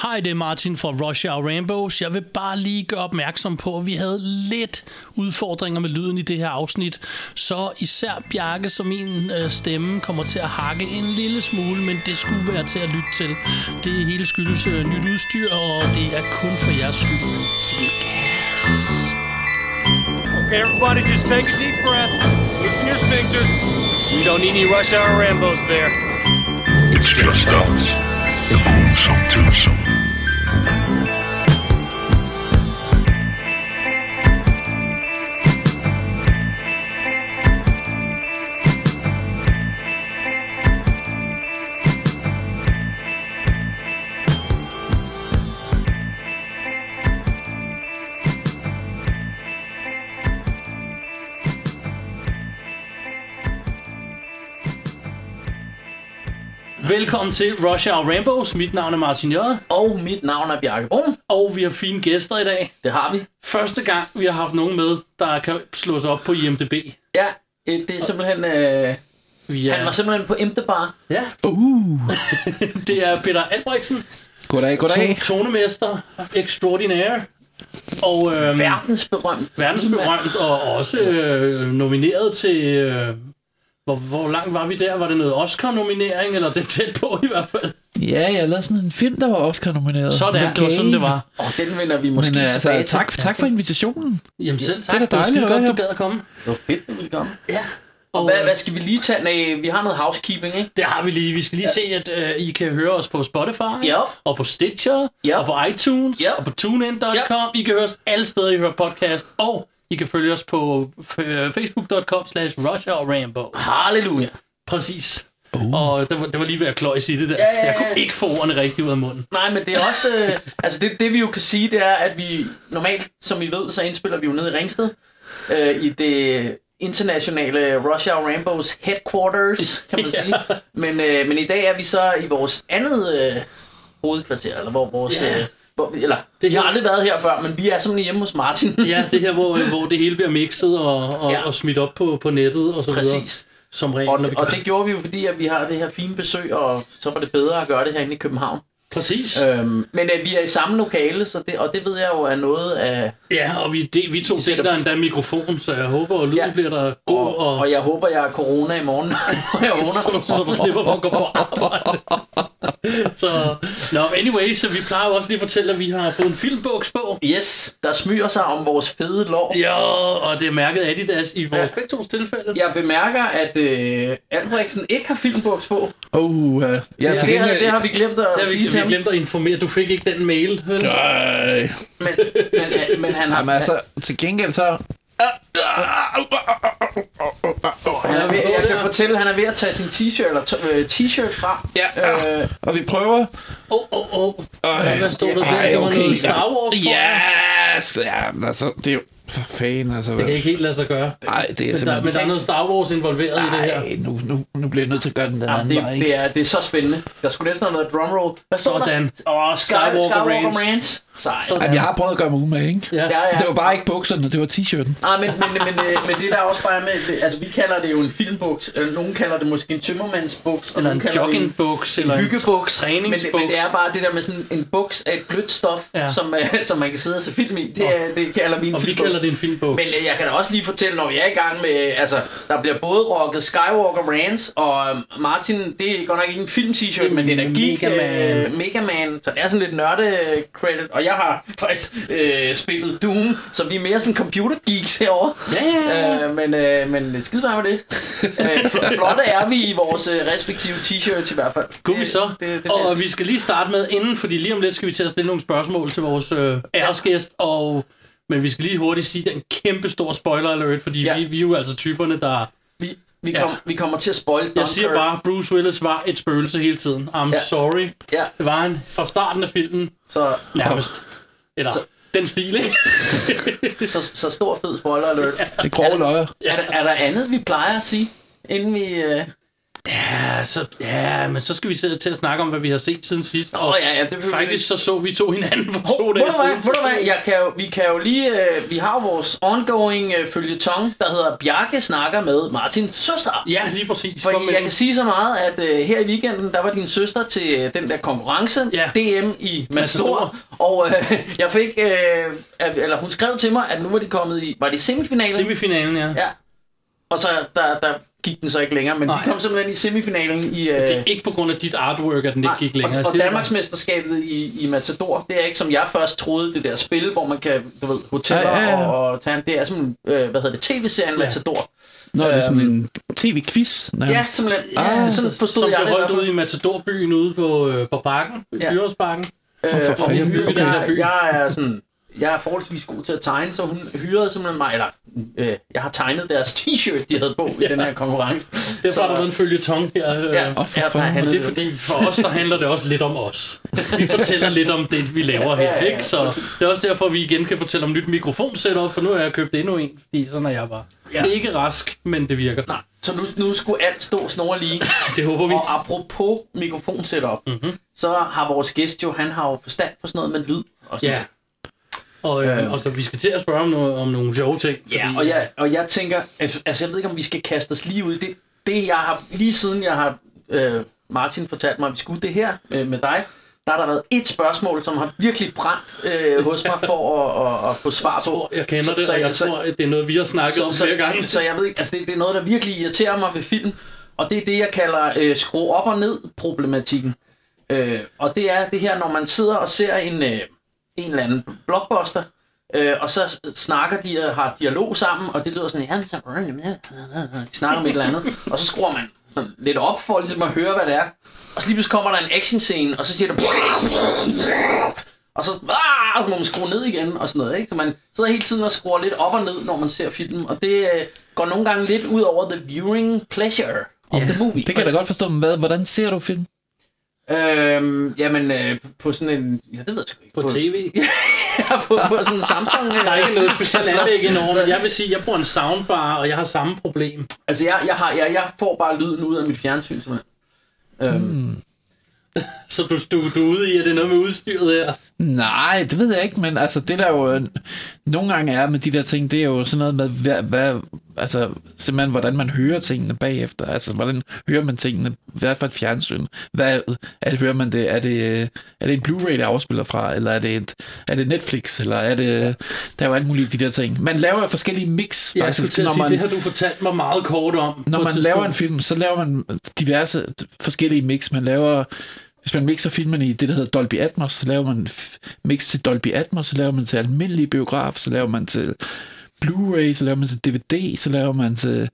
Hej, det er Martin fra Rush Hour Rambos. Jeg vil bare lige gøre opmærksom på, at vi havde lidt udfordringer med lyden i det her afsnit. Så især Bjarke som min stemme kommer til at hakke en lille smule, men det skulle være til at lytte til. Det hele skyldes nyt udstyr, og det er kun for jeres skyld. Gas. Okay, everybody, just take a deep breath. Loosen your sphincters. We don't need any Rush Hour Rambos there. It's just us. The Boomsome Twosome. Velkommen til Rush Hour Rambos. Mit navn er Martin J. Og mit navn er Bjarke Brun. Og vi har fine gæster i dag. Det har vi. Første gang, vi har haft nogen med, der kan slå sig op på IMDb. Ja, det er simpelthen... Han var simpelthen på IMDbar. Ja. Det er Peter Albrechtsen. Goddag. Tonemester extraordinaire. Og verdensberømt og også nomineret til... Hvor langt var vi der? Var det noget Oscar-nominering, eller det tæt på i hvert fald? Ja, jeg lavede sådan en film, der var Oscar-nomineret. Sådan, det var sådan, det var. Og den vender vi måske tilbage til. Tak for invitationen. Jamen selv tak. Det er dejligt, det var godt, du gad at komme. Det var fedt, du ville komme. Ja. Og hvad skal vi lige tage? Nej, vi har noget housekeeping, ikke? Det har vi lige. Vi skal lige se, at I kan høre os på Spotify, og på Stitcher, og på iTunes, og på TuneIn.com. I kan høre os alle steder, I hører podcast, og I kan følge os på facebook.com/RushHourRambo. Halleluja. Præcis. Og det var lige ved at kløjs i det der. Ja. Jeg kunne ikke få ordene rigtigt ud af munden. Nej, men det er også... det vi jo kan sige, det er, at vi normalt, som I ved, så indspiller vi jo nede i Ringsted. I det internationale Rush Hour Rambos headquarters, kan man sige. Men i dag er vi så i vores andet hovedkvarter, eller hvor vores... Vi har aldrig været her før, men vi er simpelthen hjemme hos Martin. Ja, det her, hvor det hele bliver mixet og smidt op på nettet og så videre. Præcis. Som regel, og det gjorde vi jo, fordi at vi har det her fine besøg, og så var det bedre at gøre det herinde i København. Præcis. Men vi er i samme lokale, og det ved jeg jo er noget af... Ja, og vi to deler endda mikrofon, så jeg håber, at lyden bliver der god. Og jeg håber, jeg har corona i morgen, når jeg vågner. så du slipper for at gå på arbejde. Anyway, så vi plejer jo også lige at fortælle, at vi har fået en filmboks på. Yes, der smyger sig om vores fede lår. Ja, og det er mærket Adidas i vores begge tos tilfælde. Jeg bemærker, at Albrechtsen ikke har filmboks på. Det har vi glemt at sige til ham. Vi glemte at informere. Du fik ikke den mail, vel? Nej. Men han har... Jamen altså, til gengæld så... Jeg kan fortælle, at han er ved at tage sin t-shirt fra. Ja, og vi prøver... Hvad stod der? Det var noget Star Wars, tror jeg. Yes! Ja, altså, det er jo... For fanden, altså... Det kan ikke helt lade sig gøre. Nej, det er simpelthen... Men der er noget Star Wars involveret i det her. Nej, nu bliver jeg nødt til at gøre den anden vej, ikke? Det er så spændende. Der skulle næsten have noget drumroll. Hvad står der? Skywalker Ranch. Jamen, jeg har prøvet at gøre mig umage, ikke? Ja. Det var bare ikke bukserne, det var t-shirten. Nej, men det der også bare med... Altså, vi kalder det jo en filmbuks. Nogen kalder det måske en tømmermandsbuks. Eller en joggingbuks. Eller en hyggebuks. træningsbuks. Men det er bare det der med sådan en buks af et blødt stof, som man kan sidde og se film i. Det kalder vi en filmbuks. Og vi kalder det en filmbuks. Men jeg kan da også lige fortælle, når vi er i gang med... Altså, der bliver både rocket Skywalker Ranch, og Martin, det er godt nok ikke en film-t-shirt, men det er da Mega Man. Så det er sådan lidt nørde-credit. Og jeg har faktisk spillet Doom, så vi er mere sådan computer-geeks herovre. Ja. Men skide bare med det. Flotte er vi i vores respektive t-shirts i hvert fald. Kunne vi så? Og vi skal lige starte med inden, fordi lige om lidt skal vi til at stille nogle spørgsmål til vores æresgæst, men vi skal lige hurtigt sige, at det er en kæmpe stor spoiler alert, fordi vi er jo altså typerne, der... Vi kommer til at spoil Dunkirk. Jeg siger bare, Bruce Willis var et spøgelse hele tiden. Sorry. Ja. Det var han fra starten af filmen. Så nærmest. Eller den stil, ikke? så stor fed spoiler alert. Det er grove løjer. Er der andet, vi plejer at sige, inden vi... Men så skal vi sidde til at snakke om, hvad vi har set siden sidst. Det faktisk så vi to hinanden for 2 dage siden. Ved du hvad? Vi har vores ongoing føljeton, der hedder Bjarke snakker med Martins søster. Ja, lige præcis. Fordi jeg kan sige så meget, at her i weekenden, der var din søster til den der konkurrence, DM i Matador. Og jeg fik, eller hun skrev til mig, at nu var de kommet i, var det semifinalen? Semifinalen, ja. Og så der gik den så ikke længere, men de kom simpelthen i semifinalen i... Det er ikke på grund af dit artwork, at den ikke gik længere. Og Danmarksmesterskabet i Matador, det er ikke som jeg først troede, det der spil, hvor man kan, du ved, hoteller og tage det er sådan, tv-serien Matador. Nå, det er sådan en tv-quiz. Ja, simpelthen. Sådan forstod jeg det. Som blev holdt ude i Matadorbyen ude på Bakken, Byrådsbakken. Jeg er forholdsvis god til at tegne, så hun hyrede simpelthen mig, jeg har tegnet deres t-shirt, de havde på i den her konkurrence. Derfor har der været en føljeton her. Og det er fordi, for os, der handler det også lidt om os. Vi fortæller lidt om det, vi laver her, ikke? Så det er også derfor, vi igen kan fortælle om nyt mikrofonsetup, for nu har jeg købt endnu en, fordi sådan er jeg bare. Ikke rask, men det virker. Nej, så nu skulle alt stå snor lige. Det håber vi. Og apropos mikrofonsetup, så har vores gæst jo, han har jo forstand på sådan noget med lyd og sådan noget. Og så vi skal til at spørge om nogle sjove ting. Fordi, og jeg tænker, altså jeg ved ikke, om vi skal kaste os lige ud. Det jeg har, lige siden jeg har, Martin fortalt mig, at vi skulle det her med dig, der har der været et spørgsmål, som har virkelig brændt hos mig for at få svar på. Jeg kender det, og jeg tror, at det er noget, vi har snakket om flere gange. Så jeg ved ikke, altså det er noget, der virkelig irriterer mig ved film, og det er det, jeg kalder skrue op og ned problematikken. Og det er det her, når man sidder og ser en eller anden blockbuster, og så snakker de og har dialog sammen, og det lyder sådan, de snakker om et eller andet, og så skruer man sådan lidt op for ligesom at høre, hvad det er. Og så lige pludselig kommer der en actionscene, og så siger det, og så må man skrue ned igen, og sådan noget, ikke? Så man sidder hele tiden og skruer lidt op og ned, når man ser filmen, og det går nogle gange lidt ud over the viewing pleasure of the movie. Det kan jeg da godt forstå, men hvordan ser du film? På sådan en... Ja, det ved jeg sgu ikke. På tv? Ja, på sådan en Samsung... Der er ikke noget specielt anlæg endnu, men jeg vil sige, at jeg bruger en soundbar, og jeg har samme problem. Altså, jeg får bare lyden ud af mit fjernsyn, simpelthen. Så du er ude i, at det er noget med udstyret her? Nej, det ved jeg ikke, men altså det der jo nogle gange er med de der ting, det er jo sådan noget med, altså simpelthen hvordan man hører tingene bagefter, altså hvordan hører man tingene, hvad for et fjernsyn, hører man det, er det en Blu-ray, der afspiller fra, eller er det Netflix, eller er det, der er jo alt muligt de der ting. Man laver forskellige mix, faktisk. Det har du fortalt mig meget kort om. Når man laver en film, så laver man diverse forskellige mix, man laver. Hvis man mixer filmen i det, der hedder Dolby Atmos, så laver man mix til Dolby Atmos, så laver man til almindelig biograf, så laver man til Blu-ray, så laver man til DVD, så laver man til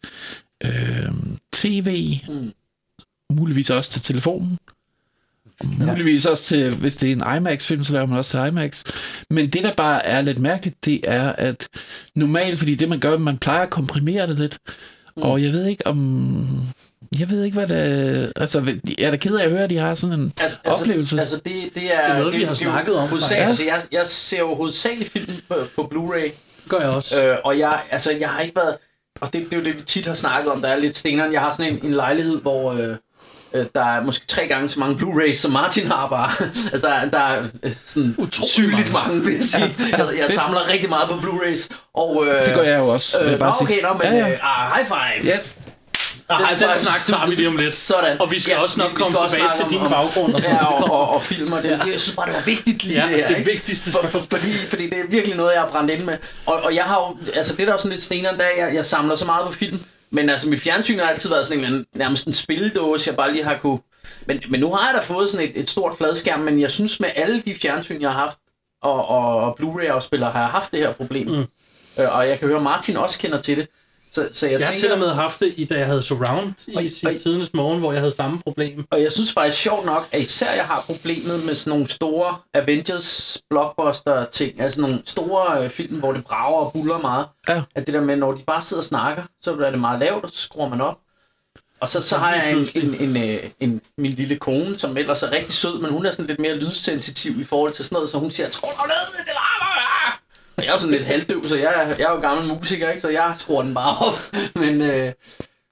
TV, muligvis også til telefonen, muligvis også til, hvis det er en IMAX-film, så laver man også til IMAX. Men det, der bare er lidt mærkeligt, det er, at normalt, fordi det man gør, man plejer at komprimere det lidt, og jeg ved ikke, hvad det... Altså, jeg er da ked af at høre, at de har sådan en oplevelse. Altså, det er noget, vi har snakket om. Jeg ser jo hovedsageligt film på Blu-ray. Gør jeg også. Og jeg har ikke været... Og det er jo det, vi tit har snakket om, der er lidt steneren. Jeg har sådan en lejlighed, hvor der er måske 3 gange så mange Blu-rays, som Martin har bare. Altså, der er sådan sygeligt mange, vil jeg sige. Jeg samler rigtig meget på Blu-rays. Og, det gør jeg jo også. High five! Yes. Den snak tager vi lige om lidt. Sådan. Og vi skal også nok komme tilbage til din baggrund. Og filmer det. Jeg synes bare, det var vigtigt lige det her. Det vigtigste fordi det er virkelig noget, jeg har brændt ind med. Og jeg har jo, altså det der er jo sådan lidt steneren, da jeg samler så meget på film. Men altså mit fjernsyn har altid været sådan en nærmest en spildåse, jeg bare lige har kunne... Men nu har jeg da fået sådan et stort fladskærm, men jeg synes med alle de fjernsyn, jeg har haft, og Blu-ray-afspillere, har jeg haft det her problem. Og jeg kan høre, Martin også kender til det. Så jeg har til og med haft det, da jeg havde Surround i tidernes morgen, hvor jeg havde samme problem. Og jeg synes faktisk sjovt nok, at især jeg har problemet med sådan nogle store Avengers blockbuster ting, altså nogle store film, hvor det brager og buller meget. Ja. At det der med, når de bare sidder og snakker, så er det meget lavt, og så skruer man op. Og så har jeg min lille kone, som ellers er rigtig sød, men hun er sådan lidt mere lydsensitiv i forhold til sådan noget, så hun siger, skru dig ned, det larmer! Jeg er jo sådan lidt halvdøv, så jeg er jo gammel musiker, ikke? Så jeg skruer den bare op.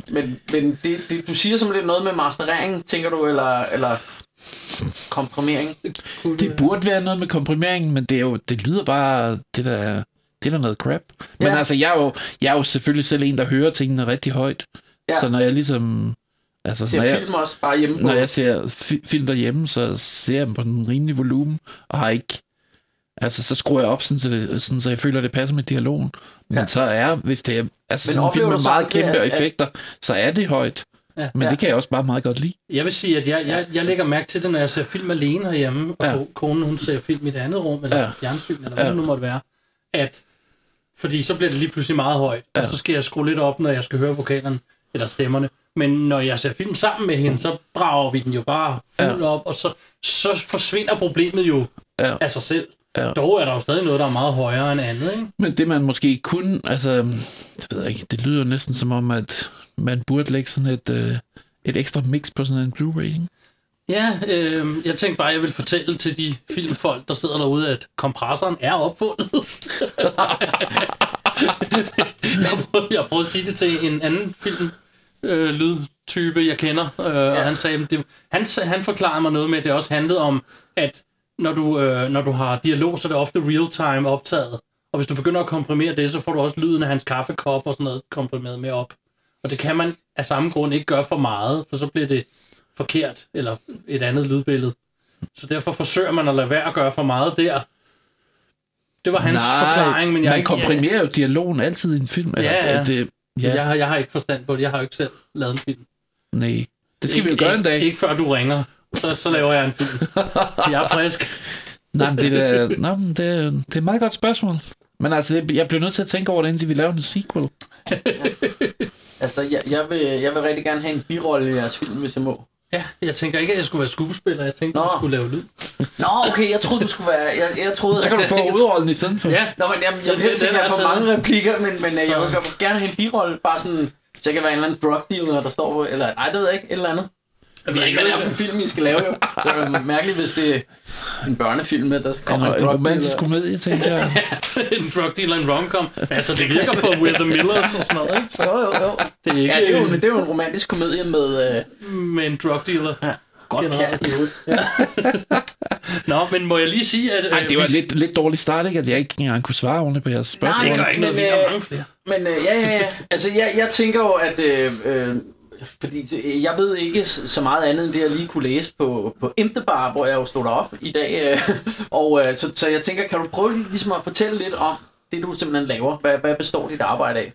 Men det, du siger som lidt noget med masterering, tænker du, eller komprimering? Det burde være noget med komprimeringen, men det lyder bare, det der noget crap. Men altså, jeg er jo selvfølgelig selv en, der hører tingene rigtig højt. Ja. Så når jeg ligesom... Altså, ser film også bare hjemme på? Når jeg ser film derhjemme, så ser jeg dem på den rimelige volumen, og har ikke... Altså, så skruer jeg op, så jeg føler, det passer med dialogen. Men så hvis det er... Altså, sådan en film med meget kæmpe effekter, så er det højt. Ja, men det kan jeg også bare meget godt lide. Jeg vil sige, at jeg lægger mærke til det, når jeg ser film alene herhjemme, og konen, hun ser film i et andet rum, eller fjernsyn, eller hvad det nu måtte være, at fordi så bliver det lige pludselig meget højt, og så skal jeg skrue lidt op, når jeg skal høre vokalerne, eller stemmerne. Men når jeg ser film sammen med hende, så brager vi den jo bare fuldt op, og så forsvinder problemet jo af sig selv. Ja. Dog er der jo stadig noget, der er meget højere end andet, ikke? Men det man måske kunne, altså, det ved jeg ikke, det lyder næsten som om, at man burde lægge sådan et ekstra mix på sådan en Blu-ray, ikke? Ja, jeg tænkte bare, at jeg vil fortælle til de filmfolk, der sidder derude, at kompressoren er opfundet. Jeg prøvede at sige det til en anden lydtype, jeg kender, og han sagde, han forklarede mig noget med, at det også handlede om, at når du har dialog, så er det ofte real-time optaget. Og hvis du begynder at komprimere det, så får du også lyden af hans kaffekop og sådan noget komprimeret med op. Og det kan man af samme grund ikke gøre for meget, for så bliver det forkert, eller et andet lydbillede. Så derfor forsøger man at lade være at gøre for meget der. Det var hans forklaring, men man komprimerer jo dialogen altid i en film. Jeg har ikke forstand på det. Jeg har jo ikke selv lavet en film. Nej, det skal vi jo gøre en dag. Ikke før du ringer. Så laver jeg en film. Jeg er frisk. Nej, men det er et meget godt spørgsmål. Men altså, jeg bliver nødt til at tænke over det, indtil vi laver en sequel. Altså, jeg vil rigtig gerne have en birolle i jeres film, hvis jeg må. Ja, jeg tænker ikke, at jeg skulle være skuespiller. Jeg tænkte, at jeg skulle lave lyd. Nå, okay, jeg troede, du skulle være... Jeg troede, så kan du få hovedrollen i stedet for. Ja. Nå, men jeg vil helst ikke have for mange replikker, men jeg vil gerne have en birolle. Bare sådan, så jeg kan være en eller anden drug dealer, der står på... Eller, det ved jeg ikke, et eller andet. Jeg ved ikke, hvad det er for en film, I skal lave, jo. Så er det mærkeligt, hvis det er en børnefilm med, der kommer en drug dealer. En romantisk komedie, tænker jeg. En drug dealer, en rom-com. Altså, det virker for We're the Millers og sådan noget, ikke? Så jo. Det er ikke, det er jo en romantisk komedie med... med en drug dealer. Ja. Godt kært. Nå, men må jeg lige sige, at... Ej, det var lidt dårlig start, ikke? At jeg ikke engang kunne svare ordentligt på jeres spørgsmål. Nej, det gør ikke noget, vi har mange flere. Men ja. Altså, jeg tænker jo, at... fordi jeg ved ikke så meget andet end det, jeg lige kunne læse på Imtebar, hvor jeg jo stod derop i dag. Så jeg tænker, kan du prøve ligesom at fortælle lidt om det, du simpelthen laver? Hvad består dit arbejde af?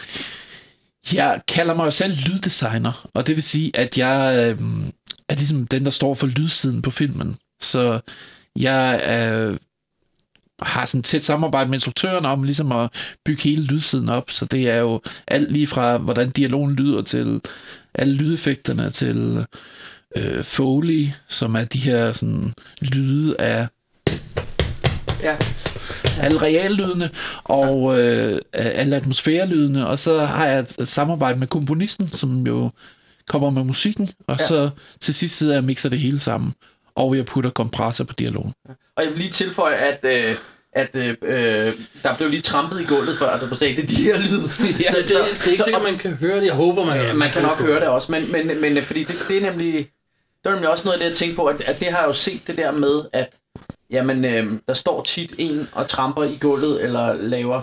Jeg kalder mig jo selv lyddesigner, og det vil sige, at jeg er ligesom den, der står for lydsiden på filmen. Så jeg har sådan et tæt samarbejde med instruktøren om ligesom at bygge hele lydsiden op, så det er jo alt lige fra, hvordan dialogen lyder, til alle lydeffekterne, til Foley, som er de her sådan lyde af alle reallydene, og alle atmosfærelydene, og så har jeg et samarbejde med komponisten, som jo kommer med musikken, og så til sidst sidder jeg og mixer det hele sammen, og jeg putter kompressor på dialogen. Og jeg vil lige tilføje, at der blev lige trampet i gulvet før, du sagde, det er de her lyde. Ja, det er ikke sikkert, man kan høre det. Jeg håber, man kan. Man kan nok høre det også, men fordi det er nemlig også noget af det, jeg tænker på, at det har jeg jo set det der med, at jamen, der står tit en og tramper i gulvet, eller laver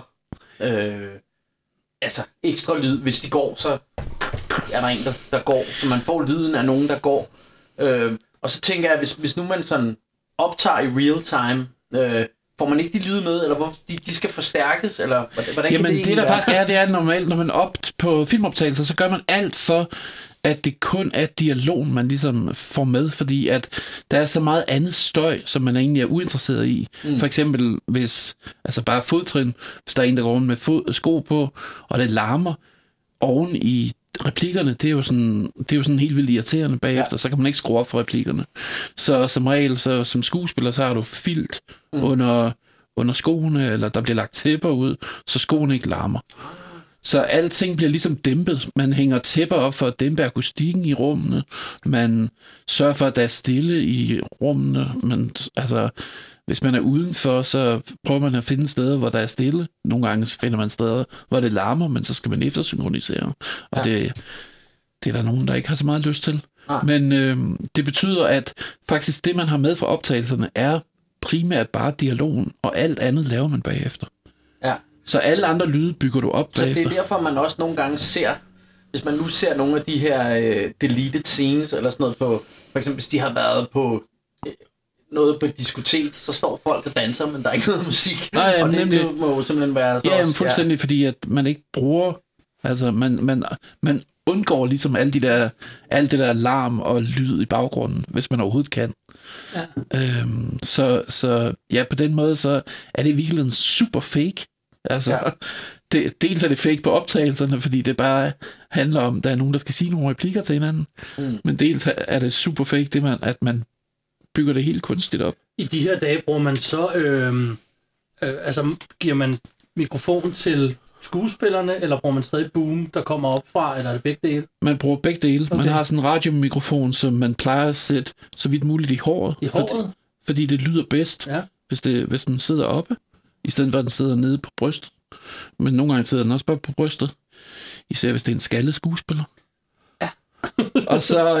ekstra lyd. Hvis de går, så er der en, der går, så man får lyden af nogen, der går. Og så tænker jeg, hvis nu man sådan optager i real time, får man ikke de lyde med, eller hvorfor de skal forstærkes, eller hvordan jamen, kan det der faktisk er, det er normalt, når man på filmoptagelser, så gør man alt for, at det kun er dialogen, man ligesom får med, fordi at der er så meget andet støj, som man egentlig er uinteresseret i. For eksempel, hvis, altså bare fodtrin, hvis der er en, der går rundt med sko på, og det larmer oven i replikkerne, det er jo sådan helt vildt irriterende bagefter, så kan man ikke skrue op for replikkerne. Så som regel, så som skuespiller, så har du filt under skoene, eller der bliver lagt tæpper ud, så skoene ikke larmer. Så alting bliver ligesom dæmpet. Man hænger tæpper op for at dæmpe akustikken i rummene. Man sørger for, at der er stille i rummene. Altså, hvis man er udenfor, så prøver man at finde steder, hvor der er stille. Nogle gange finder man steder, hvor det larmer, men så skal man eftersynkronisere. Og det er der nogen, der ikke har så meget lyst til. Men det betyder, at faktisk det, man har med fra optagelserne, er primært bare dialogen, og alt andet laver man bagefter. Ja. Så alle andre lyde bygger du op bagefter. Så det er derfor, man også nogle gange ser, hvis man nu ser nogle af de her deleted scenes, eller sådan noget på, for eksempel hvis de har været på noget på et diskotek, så står folk og danser, men der er ikke noget musik. Nej, og det må jo simpelthen være så også, fuldstændig, fordi at man ikke bruger, altså man undgår ligesom alt det der larm og lyd i baggrunden, hvis man overhovedet kan. Ja. Så ja, på den måde, så er det virkelig super fake. Altså, dels er det fake på optagelserne, fordi det bare handler om, der er nogen, der skal sige nogle replikker til hinanden. Men dels er det super fake, det at man bygger det helt kunstigt op. I de her dage bruger man så, altså giver man mikrofon til skuespillerne, eller bruger man stadig boom, der kommer op fra, eller er det begge dele? Man bruger begge dele. Okay. Man har sådan en radiomikrofon, som man plejer at sætte så vidt muligt i håret. I håret? Fordi det lyder bedst, hvis den sidder oppe, i stedet for at den sidder nede på brystet. Men nogle gange sidder den også bare på brystet. Især hvis det er en skaldet skuespiller. Ja. Og så,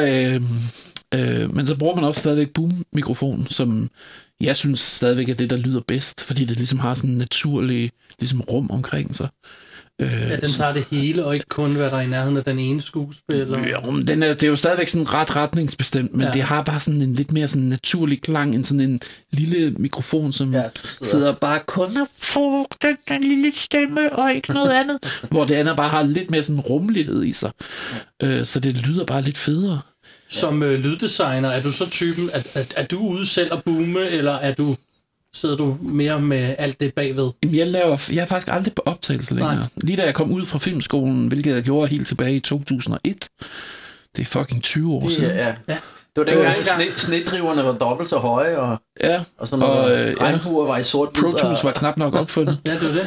men så bruger man også stadigvæk boom-mikrofonen, som jeg synes stadigvæk er det, der lyder bedst, fordi det ligesom har sådan en naturlig ligesom rum omkring sig. Ja, den tager det hele, og ikke kun, hvad der er i nærheden af den ene skuespiller. Jo, men det er jo stadigvæk sådan ret retningsbestemt, men det har bare sådan en lidt mere sådan naturlig klang, end sådan en lille mikrofon, som sidder bare kun og får den lille stemme, og ikke noget andet. Hvor det andet bare har lidt mere sådan rummelighed i sig. Så det lyder bare lidt federe. Som lyddesigner, er du så typen, at du ude selv at boome, eller sidder du mere med alt det bagved? Jeg er faktisk aldrig på optagelse længere. Nej. Lige da jeg kom ud fra filmskolen, hvilket jeg gjorde helt tilbage i 2001, det er fucking 20 år siden. Ja. Det var dengang, snedriverne var dobbelt så høje, og sådan noget. Regnbuer var i sort. Pro Tools var knap nok opfundet. Ja, det var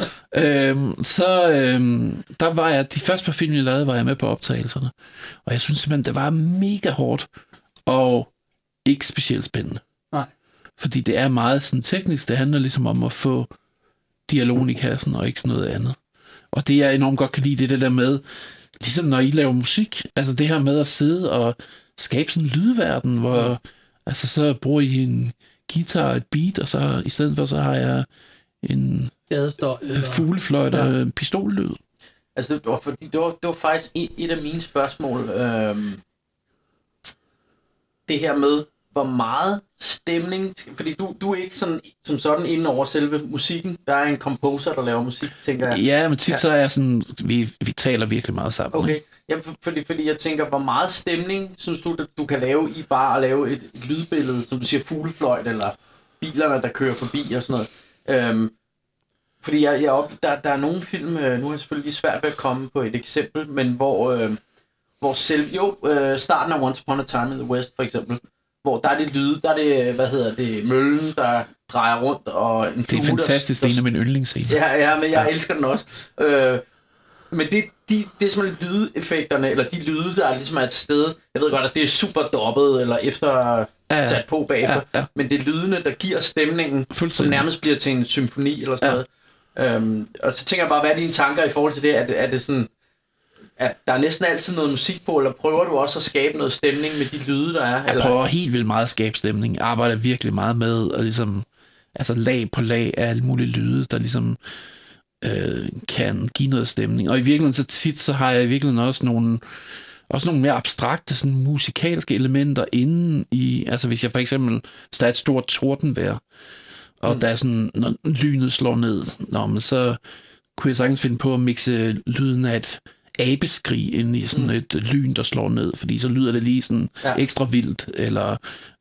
det. Der var jeg, de første par film, jeg lavede, var jeg med på optagelserne. Og jeg synes simpelthen, det var mega hårdt, og ikke specielt spændende. Nej. Fordi det er meget sådan teknisk, det handler ligesom om at få dialogen i kassen, og ikke sådan noget andet. Og det jeg enormt godt kan lide, det der med, ligesom når I laver musik, altså det her med at sidde og skabe sådan en lydverden, hvor altså så bruger I en guitar, et beat, og så i stedet for, så har jeg en fuglefløjt og en pistollyd. Altså det var faktisk et af mine spørgsmål. Det her med, hvor meget stemning, fordi du er ikke som sådan inde over selve musikken. Der er en composer, der laver musik, tænker jeg. Ja, men tit så er jeg sådan, vi taler virkelig meget sammen. Okay, jamen, fordi jeg tænker, hvor meget stemning synes du kan lave i bare at lave et lydbillede, som du siger, fuglefløjt, eller bilerne, der kører forbi og sådan noget. Fordi der er nogle film, nu har jeg selvfølgelig svært ved at komme på et eksempel, men hvor starten af Once Upon a Time in the West, for eksempel, hvor der er det lyde, der er det, møllen, der drejer rundt, og en det er fantastisk, det er en af mine yndlingsscener. Ja, men jeg elsker den også. Men det er simpelthen lydeffekterne, eller de lyde, der ligesom er et sted, jeg ved godt, at det er super dobbet, eller efter sat på bagefter, men det er lydene, der giver stemningen, som nærmest bliver til en symfoni, eller sådan noget. Og så tænker jeg bare, hvad er dine tanker i forhold til det? Er det sådan, at der er næsten altid noget musik på, eller prøver du også at skabe noget stemning med de lyde, der er? Jeg prøver helt vildt meget at skabe stemning. Jeg arbejder virkelig meget med at ligesom, altså lag på lag af alle mulige lyde, der ligesom kan give noget stemning. Og i virkeligheden så tit, så har jeg i virkeligheden også nogle mere abstrakte sådan, musikalske elementer inde i, altså hvis jeg for eksempel, hvis der er et stort tordenvejr, og der er sådan, når lynet slår ned, men så kunne jeg sagtens finde på at mixe lyden af et abeskrig ind i sådan et lyn, der slår ned, fordi så lyder det lige sådan ekstra vildt, eller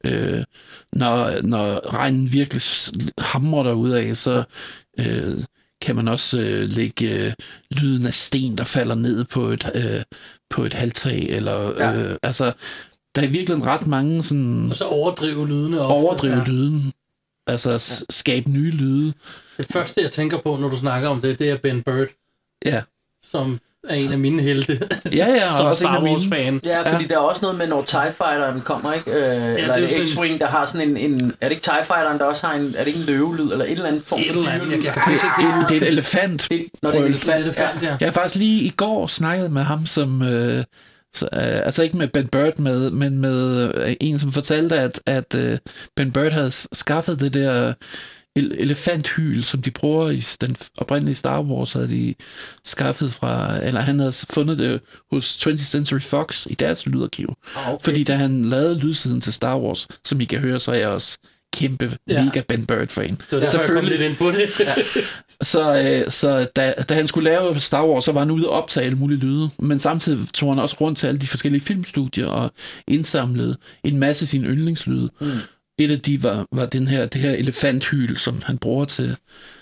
når regnen virkelig hamrer derudad, så kan man også lægge lyden af sten, der falder ned på et halvtræ, eller altså, der er virkelig ret mange sådan... Og så overdrive lydene ofte. Overdrive lyden. Altså skabe nye lyde. Det første, jeg tænker på, når du snakker om det er Ben Bird. Ja. Som er en af mine helte. Ja, som og også en Star af mine. Wars-fan. Ja, fordi der er også noget med, når TIE Fighteren kommer, ikke? Eller det er det sådan X-Wing, der har sådan en... Er det ikke TIE Fighteren, der også har en... Er det ikke en løvelyd, eller et eller andet form Et eller andet, dyrelyd? jeg kan faktisk ikke helt... Det er en elefant. Når det er en elefant, Elefant, ja. Jeg har faktisk lige i går snakket med ham, som... altså ikke med Ben Burtt, men med en, som fortalte, at Ben Burtt havde skaffet det der elefanthyl, som de bruger i den oprindelige Star Wars, havde de skaffet fra, eller han havde fundet det hos 20th Century Fox i deres lydarkiv. Okay. Fordi da han lavede lydsiden til Star Wars, som I kan høre, så er jeg også kæmpe, mega Ben Burtt-fan. Det var derfor, jeg kom lidt ind på det. Så da han skulle lave Star Wars, så var han ude og optage alle mulige lyde, men samtidig tog han også rundt til alle de forskellige filmstudier og indsamlede en masse af sine yndlingslyde. Et af de var det her elefanthyl, som han bruger til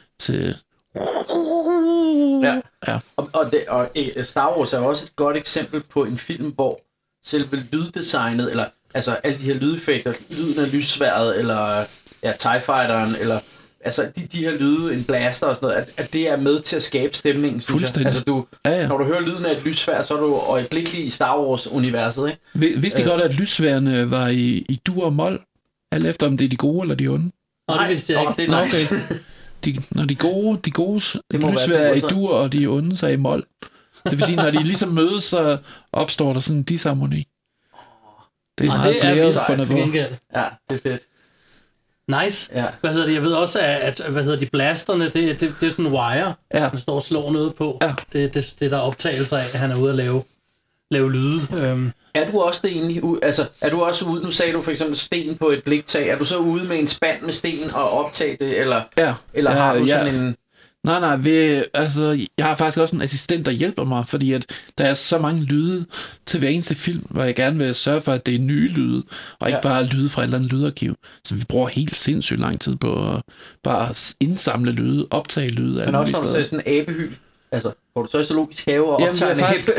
Ja. Og Star Wars er også et godt eksempel på en film, hvor selve lyddesignet, eller altså alle de her lydeffekter, lyden af lyssværdet, eller TIE Fighteren, eller altså de her lyde, en blaster og sådan noget, at det er med til at skabe stemningen, synes jeg. Altså når du hører lyden af et lyssværd, så er du øjeblikkeligt i Star Wars-universet, ikke? Vidste I godt, at lyssværene var i dur og mol? Alt efter, om det er de gode eller de onde? Nej, det vidste jeg ikke. Det er nice. Okay. Når de gode lyssværd er i dur, og de onde så er i mol. Det vil sige, når de ligesom mødes, så opstår der sådan en disharmoni. Det er meget blæret fundet på. Ja, det er fedt. Nice. Ja. Hvad hedder det? Jeg ved også, at de blasterne, det er sådan en wire, der står og slår noget på. Ja. Det er der optagelser af, at han er ude at lave lyde. Er du også det egentlig? Altså, er du også ude? Nu sagde du for eksempel sten på et bliktag. Er du så ude med en spand med sten og optage det, eller har du sådan en... Nej, jeg har faktisk også en assistent, der hjælper mig, fordi at der er så mange lyde til hver eneste film, hvor jeg gerne vil sørge for, at det er nye lyde, og ikke bare lyde fra et eller andet lydarkiv. Så vi bruger helt sindssygt lang tid på at bare indsamle lyde, optage lyde. Men også når du ser sådan en abehyl. Altså, går du så i zoologisk have og optager en heste?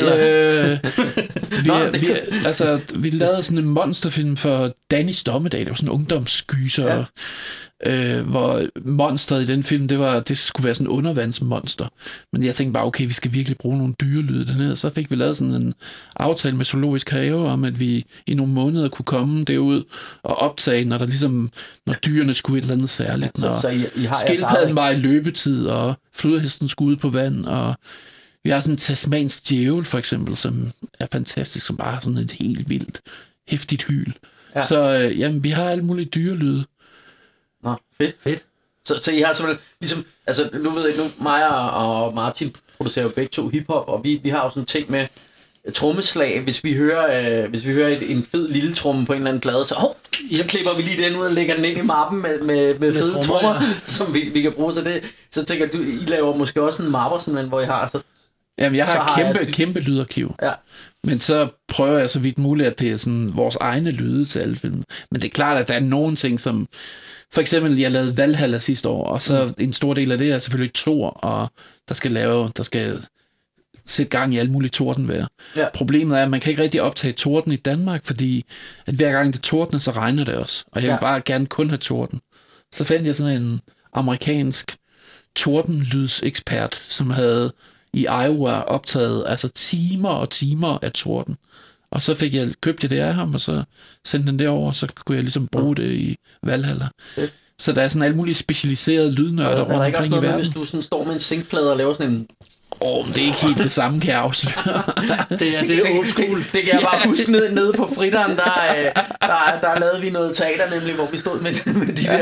Vi lavede sådan en monsterfilm for Dannys Dommedag. Det var sådan en ungdomsgyser, hvor monsteret i den film, det skulle være sådan en undervandsmonster. Men jeg tænkte bare, okay, vi skal virkelig bruge nogle dyrelyde dernede. Så fik vi lavet sådan en aftale med Zoologisk Have om, at vi i nogle måneder kunne komme derud og optage, når dyrene skulle et eller andet særligt. Så I har skildpadden var i løbetid, og flodhesten skulle ud på vand, og vi har sådan en tasmansk djævel, for eksempel, som er fantastisk, som bare har sådan et helt vildt, hæftigt hyl. Ja. Så vi har alle mulige dyrelyde. Nå, fedt. Så I har simpelthen, ligesom, altså nu ved jeg ikke, mig og Martin producerer jo begge to hiphop, og vi har jo sådan en ting med trommeslag, hvis vi hører en fed lille tromme på en eller anden plade, så klipper vi lige den ud og lægger den ind i mappen med fede trommer, som vi kan bruge. Så tænker du, I laver måske også en mapper, sådan, hvor I har... Jamen, jeg har kæmpe lydarkiv. Ja. Men så prøver jeg så vidt muligt, at det er sådan vores egne lyde til alle film. Men det er klart, at der er nogle ting, som... For eksempel, jeg lavede Valhalla sidste år, og så en stor del af det er selvfølgelig Thor, og der skal sætte gang i alle mulige tordenvejr. Ja. Problemet er, at man kan ikke rigtig optage torden i Danmark, fordi at hver gang det tordner, så regner det også. Og jeg vil bare gerne kun have torden. Så fandt jeg sådan en amerikansk tordenlydsekspert, som havde i Iowa optaget altså timer og timer af torden. Og så købte jeg det af ham, og så sendte den derover, og så kunne jeg ligesom bruge det i Valhalla. Så der er sådan alle mulige specialiserede lydnørder rundt omkring i verden. Er der ikke også noget, hvis du sådan står med en synkplade og laver sådan en... det er ikke helt det samme, kan jeg afsløre. det er old school. Det kan jeg bare huske nede på fritteren, der lavede vi noget teater, nemlig hvor vi stod med de der...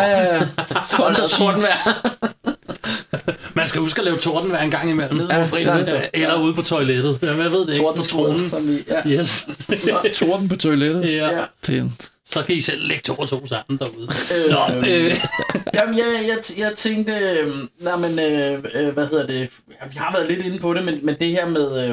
Og lavede tordenvejr. Man skal huske at lave tordenvejr en gang imellem. Nede på fritteren. Eller ude på toilettet. Jamen, jeg ved det ikke. Torden på tronen. Yes. Torden på toilettet. Ja. Så kan I selv lægge 2 og 2 sammen derude. Jamen, jeg tænkte... hvad hedder det? Vi har været lidt inde på det, men det her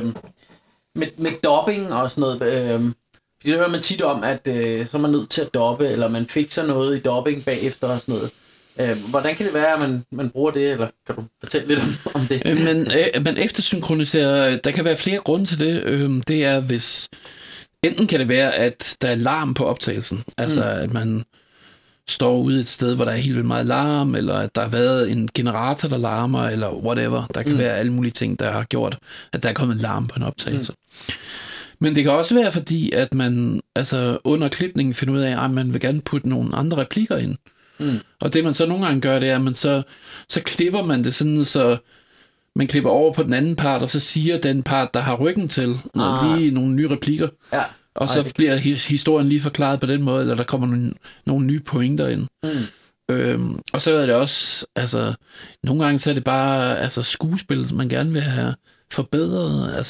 med dubbing og sådan noget... fordi det hører man tit om, at så er man nødt til at dubbe, eller man fikser noget i dubbing bagefter og sådan noget. Hvordan kan det være, at man bruger det, eller kan du fortælle lidt om det? Man eftersynkroniserer... Der kan være flere grunde til det. Det er, hvis... Enten kan det være, at der er larm på optagelsen, altså at man står ude et sted, hvor der er helt vildt meget larm, eller at der har været en generator, der larmer, eller whatever. Der kan være alle mulige ting, der har gjort, at der er kommet larm på en optagelse. Men det kan også være, fordi at man under klipningen finder ud af, at man vil gerne putte nogle andre replikker ind. Og det man så nogle gange gør, det er, at man så klipper man det sådan, så man klipper over på den anden part, og så siger den part, der har ryggen til, lige nogle nye replikker. Ja. Og så bliver historien lige forklaret på den måde, eller der kommer nogle nye pointer ind. Og så er det også, nogle gange så er det bare skuespil, man gerne vil have forbedret,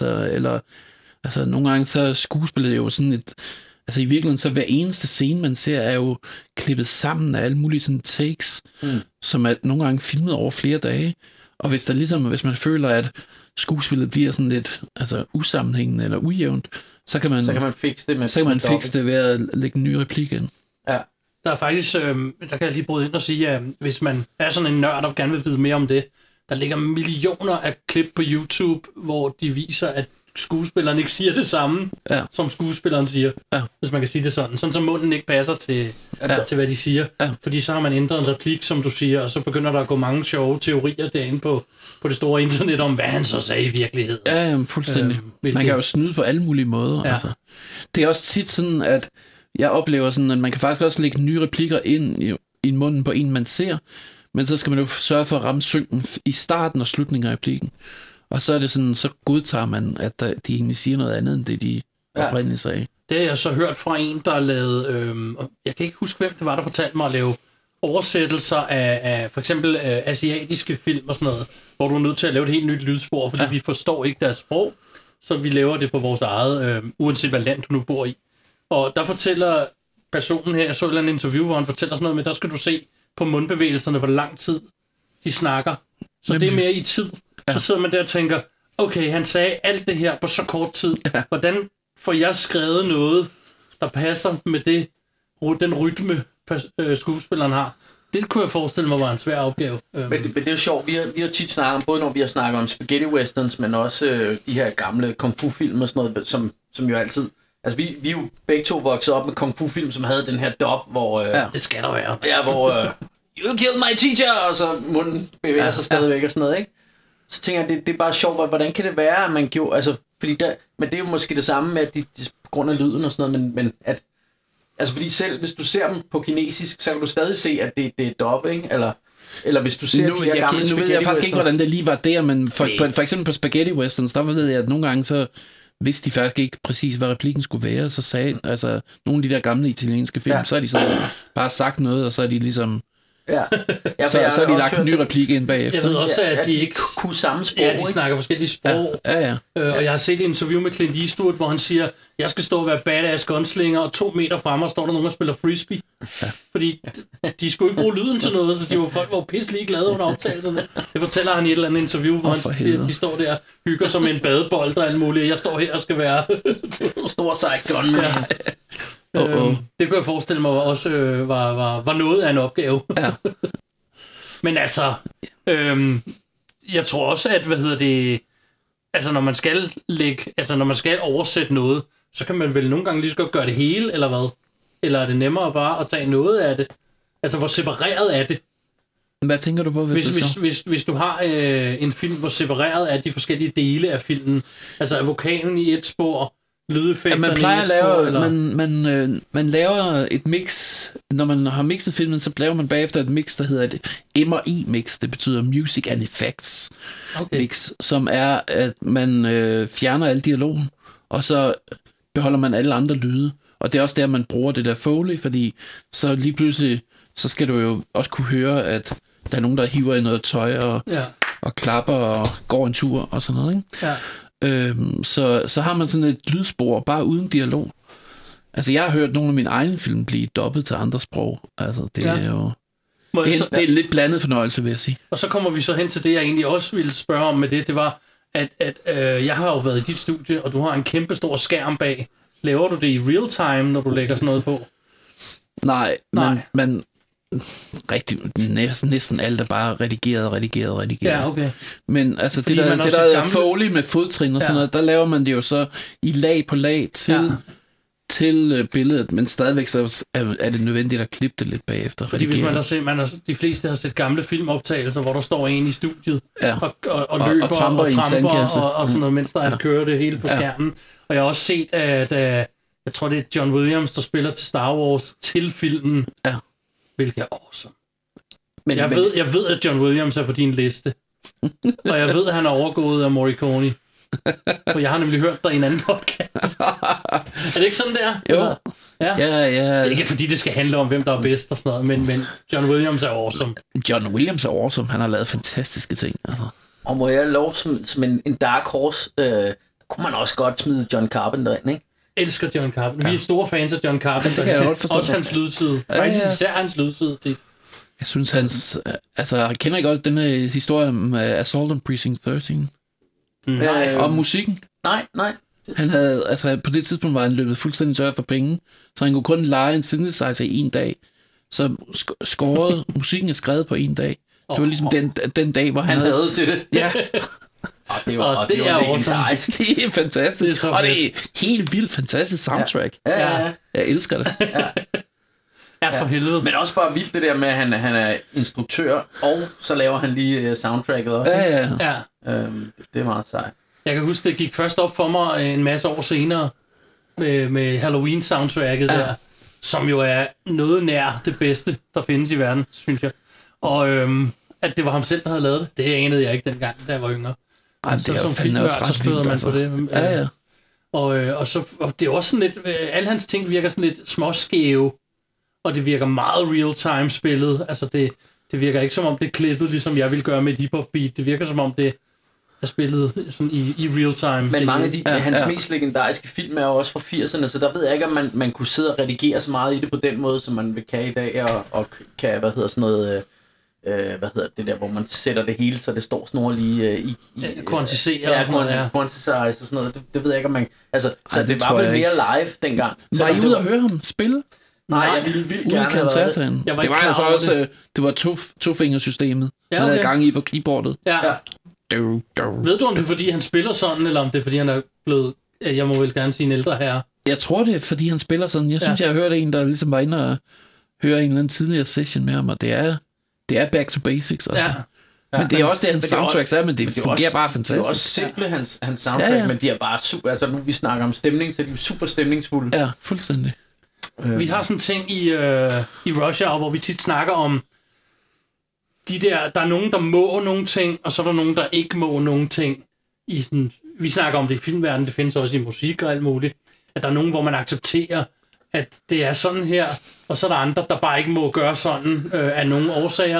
eller nogle gange så er skuespillet jo sådan et, i virkeligheden så hver eneste scene, man ser, er jo klippet sammen af alle mulige sådan takes, som er nogle gange filmet over flere dage. Og hvis man føler, at skuespillet bliver sådan lidt usammenhængende eller ujævnt, så kan man fikse det ved at lægge en ny replik ind. Ja. Der er faktisk, der kan jeg lige bryde ind og sige, at hvis man er sådan en nørd og gerne vil vide mere om det, der ligger millioner af klip på YouTube, hvor de viser, at skuespilleren ikke siger det samme, som skuespilleren siger, hvis man kan sige det sådan. Sådan så munden ikke passer til hvad de siger. Fordi så har man ændret en replik, som du siger, og så begynder der at gå mange sjove teorier derinde på det store internet om, hvad han så sagde i virkeligheden. Ja, fuldstændig. Man kan jo snyde på alle mulige måder. Ja. Det er også tit sådan, at jeg oplever sådan, at man kan faktisk også lægge nye replikker ind i munden på en, man ser, men så skal man jo sørge for at ramme synken i starten og slutningen af replikken. Og så er det sådan, så godtager man, at de egentlig siger noget andet, end det de oprindeligt sagde. Det har jeg så hørt fra en, der lavede, jeg kan ikke huske, hvem det var, der fortalte mig at lave oversættelser af for eksempel asiatiske film og sådan noget, hvor du er nødt til at lave et helt nyt lydspor, fordi vi forstår ikke deres sprog, så vi laver det på vores eget, uanset hvad land du nu bor i. Og der fortæller personen her, jeg så et eller andet interview, hvor han fortæller sådan noget med, der skal du se på mundbevægelserne, hvor lang tid de snakker. Så det er mere i tid. Så sidder man der og tænker, okay, han sagde alt det her på så kort tid. Hvordan får jeg skrevet noget, der passer med den rytme, skuespilleren har? Det kunne jeg forestille mig var en svær opgave. Men det er jo sjovt, vi har tit snakket om, både når vi har snakket om spaghetti westerns, men også de her gamle kung fu film og sådan noget, som jo altid... Altså, vi er jo begge to vokset op med kung fu film, som havde den her dub, hvor... det skal der være. Ja, hvor... you killed my teacher! Og så munden bevæger sig stadigvæk og sådan noget, ikke? Så tænker jeg, det er bare sjovt, hvordan kan det være, at man gjorde... Altså, fordi men det er jo måske det samme med, at de på grund af lyden og sådan noget, men at... Altså, fordi selv, hvis du ser dem på kinesisk, så kan du stadig se, at det er dub, ikke? Eller hvis du ser de her gamle spaghetti Nu ved jeg faktisk ikke, hvordan det lige var der, men for eksempel på spaghetti westerns, der ved jeg, at nogle gange så... Vidste de faktisk ikke præcis, hvad replikken skulle være, så sagde nogle af de der gamle italienske film, så har de så bare sagt noget, og så er de ligesom... så har de lagt en ny replik ind bagefter. Jeg ved også, at de ikke kunne samme sprog. Ja, de snakker forskellige sprog. Og jeg har set et interview med Clint Eastwood, hvor han siger, jeg skal stå og være badass gunslinger, og 2 meter fremme står der nogen, der spiller frisbee. Fordi de skulle ikke bruge lyden til noget, så folk var pisselig glade under optagelserne. Det fortæller han i et eller andet interview, hvor han siger, at de står der hygger som en badebold og alt muligt. Jeg står her og skal være stor sej gunman. Det kunne jeg forestille mig også var noget af en opgave. Men jeg tror også, at når man skal oversætte noget, så kan man vel nogle gange lige så godt gøre det hele, eller hvad? Eller er det nemmere bare at tage noget af det? Altså, hvor separeret er det? Hvad tænker du på, hvis du har en film, hvor separeret er de forskellige dele af filmen? Altså, er vokalen i et spor, lydeffekterne man plejer at lave, man laver et mix. Når man har mixet filmen, så laver man bagefter et mix, der hedder et MI-mix. Det betyder Music and Effects mix, som er, at man fjerner al dialogen, og så beholder man alle andre lyde. Og det er også der, man bruger det der Foley, fordi så lige pludselig, så skal du jo også kunne høre, at der er nogen, der hiver i noget tøj og klapper og går en tur og sådan noget, ikke? Ja. Så har man sådan et lydspor, bare uden dialog. Altså, jeg har hørt nogle af mine egne film blive dobbelt til andre sprog. Altså, det er jo... Det er en lidt blandet fornøjelse, vil jeg sige. Og så kommer vi så hen til det, jeg egentlig også ville spørge om med det. Det var, at jeg har jo været i dit studie, og du har en kæmpe stor skærm bag. Laver du det i real time, når du lægger sådan noget på? Nej. Men næsten alt er bare redigeret. Ja, okay. Men altså det der er Foley med fodtrin og sådan noget, der laver man det jo så i lag på lag til til billedet, men stadigvæk så er det nødvendigt at klippe det lidt bagefter. Fordi hvis de fleste har set gamle filmoptagelser, hvor der står en i studiet og løber og tramper og sådan noget, mens der kører det hele på skærmen. Og jeg har også set, at jeg tror, det er John Williams, der spiller til Star Wars til filmen. Ja. Hvilket er awesome. Jeg ved, at John Williams er på din liste. Og jeg ved, at han er overgået af Morricone. For jeg har nemlig hørt dig i en anden podcast. Er det ikke sådan, der? Jo. Ja. Ikke fordi det skal handle om, hvem der er bedst og sådan noget, men John Williams er awesome. John Williams er awesome. Han har lavet fantastiske ting. Altså. Og må jeg lov som en dark horse, kunne man også godt smide John Carpenter ind, ikke? Elsker John Carpenter. Vi er store fans af John Carpenter. Det kan jeg godt forstå. Også hans lydside. Faktisk især hans lydside til. Jeg synes, jeg kender godt denne historie om Assault on Precinct 13. Nej. Og musikken. Nej. Han havde, på det tidspunkt var han løbet fuldstændig tør for penge, så han kunne kun lege en synthesizer i en dag. Så skåret musikken er skrevet på en dag. Det var ligesom den dag, hvor han havde til det. Ja. Det er awesome. Det er fantastisk. Og det er helt vildt fantastisk soundtrack. Ja. Jeg elsker det. Ja, for helvede. Men også bare vildt det der med, at han er instruktør, og så laver han lige soundtracket også. Ja. Det er meget sejt. Jeg kan huske, det gik først op for mig en masse år senere med Halloween-soundtracket der, som jo er noget nær det bedste, der findes i verden, synes jeg. Og at det var ham selv, der havde lavet det, det anede jeg ikke dengang, da jeg var yngre. Ej, så som filmnørd, så støder man på det. Ja. Og det er også sådan lidt, alle hans ting virker sådan lidt småskæve, og det virker meget real-time spillet. Altså det virker ikke som om det er klippet, ligesom jeg ville gøre med et hip-hop beat. Det virker som om det er spillet sådan i real-time. Men mange af hans mest legendariske film er jo også fra 80'erne, så der ved jeg ikke, om man kunne sidde og redigere så meget i det på den måde, som man kan i dag, og kan, sådan noget, det der, hvor man sætter det hele, så det står snorlige i kvantisere og sådan noget. Quantize og sådan noget. Det ved jeg ikke, om man... Altså, så det var vel mere live dengang. Var I ude at høre ham spille? Nej, jeg ville vildt gerne have været det. Var altså også... Det var tofingersystemet. Han havde gang i på keyboardet. Ja. Ved du, om det er, fordi han spiller sådan, eller om det er, fordi han er blevet... Jeg må vel gerne sige en ældre herre. Jeg tror, det er, fordi han spiller sådan. Jeg synes, jeg har hørt en, der ligesom var inde og høre en eller anden tidligere session med ham, og det er back to basics, altså. Ja. Men det er også det, hans soundtracks er, men det fungerer bare fantastisk. Det er også simple, hans soundtrack, men de er bare super... Altså, nu vi snakker om stemning, så de er jo super stemningsfulde. Ja, fuldstændig. Vi har sådan en ting i Rush Hour, hvor vi tit snakker om der er nogen, der må nogle ting, og så er der nogen, der ikke må nogle ting. Vi snakker om det i filmverdenen, det findes også i musik og alt muligt. At der er nogen, hvor man accepterer, at det er sådan her, og så er der andre, der bare ikke må gøre sådan af nogle årsager.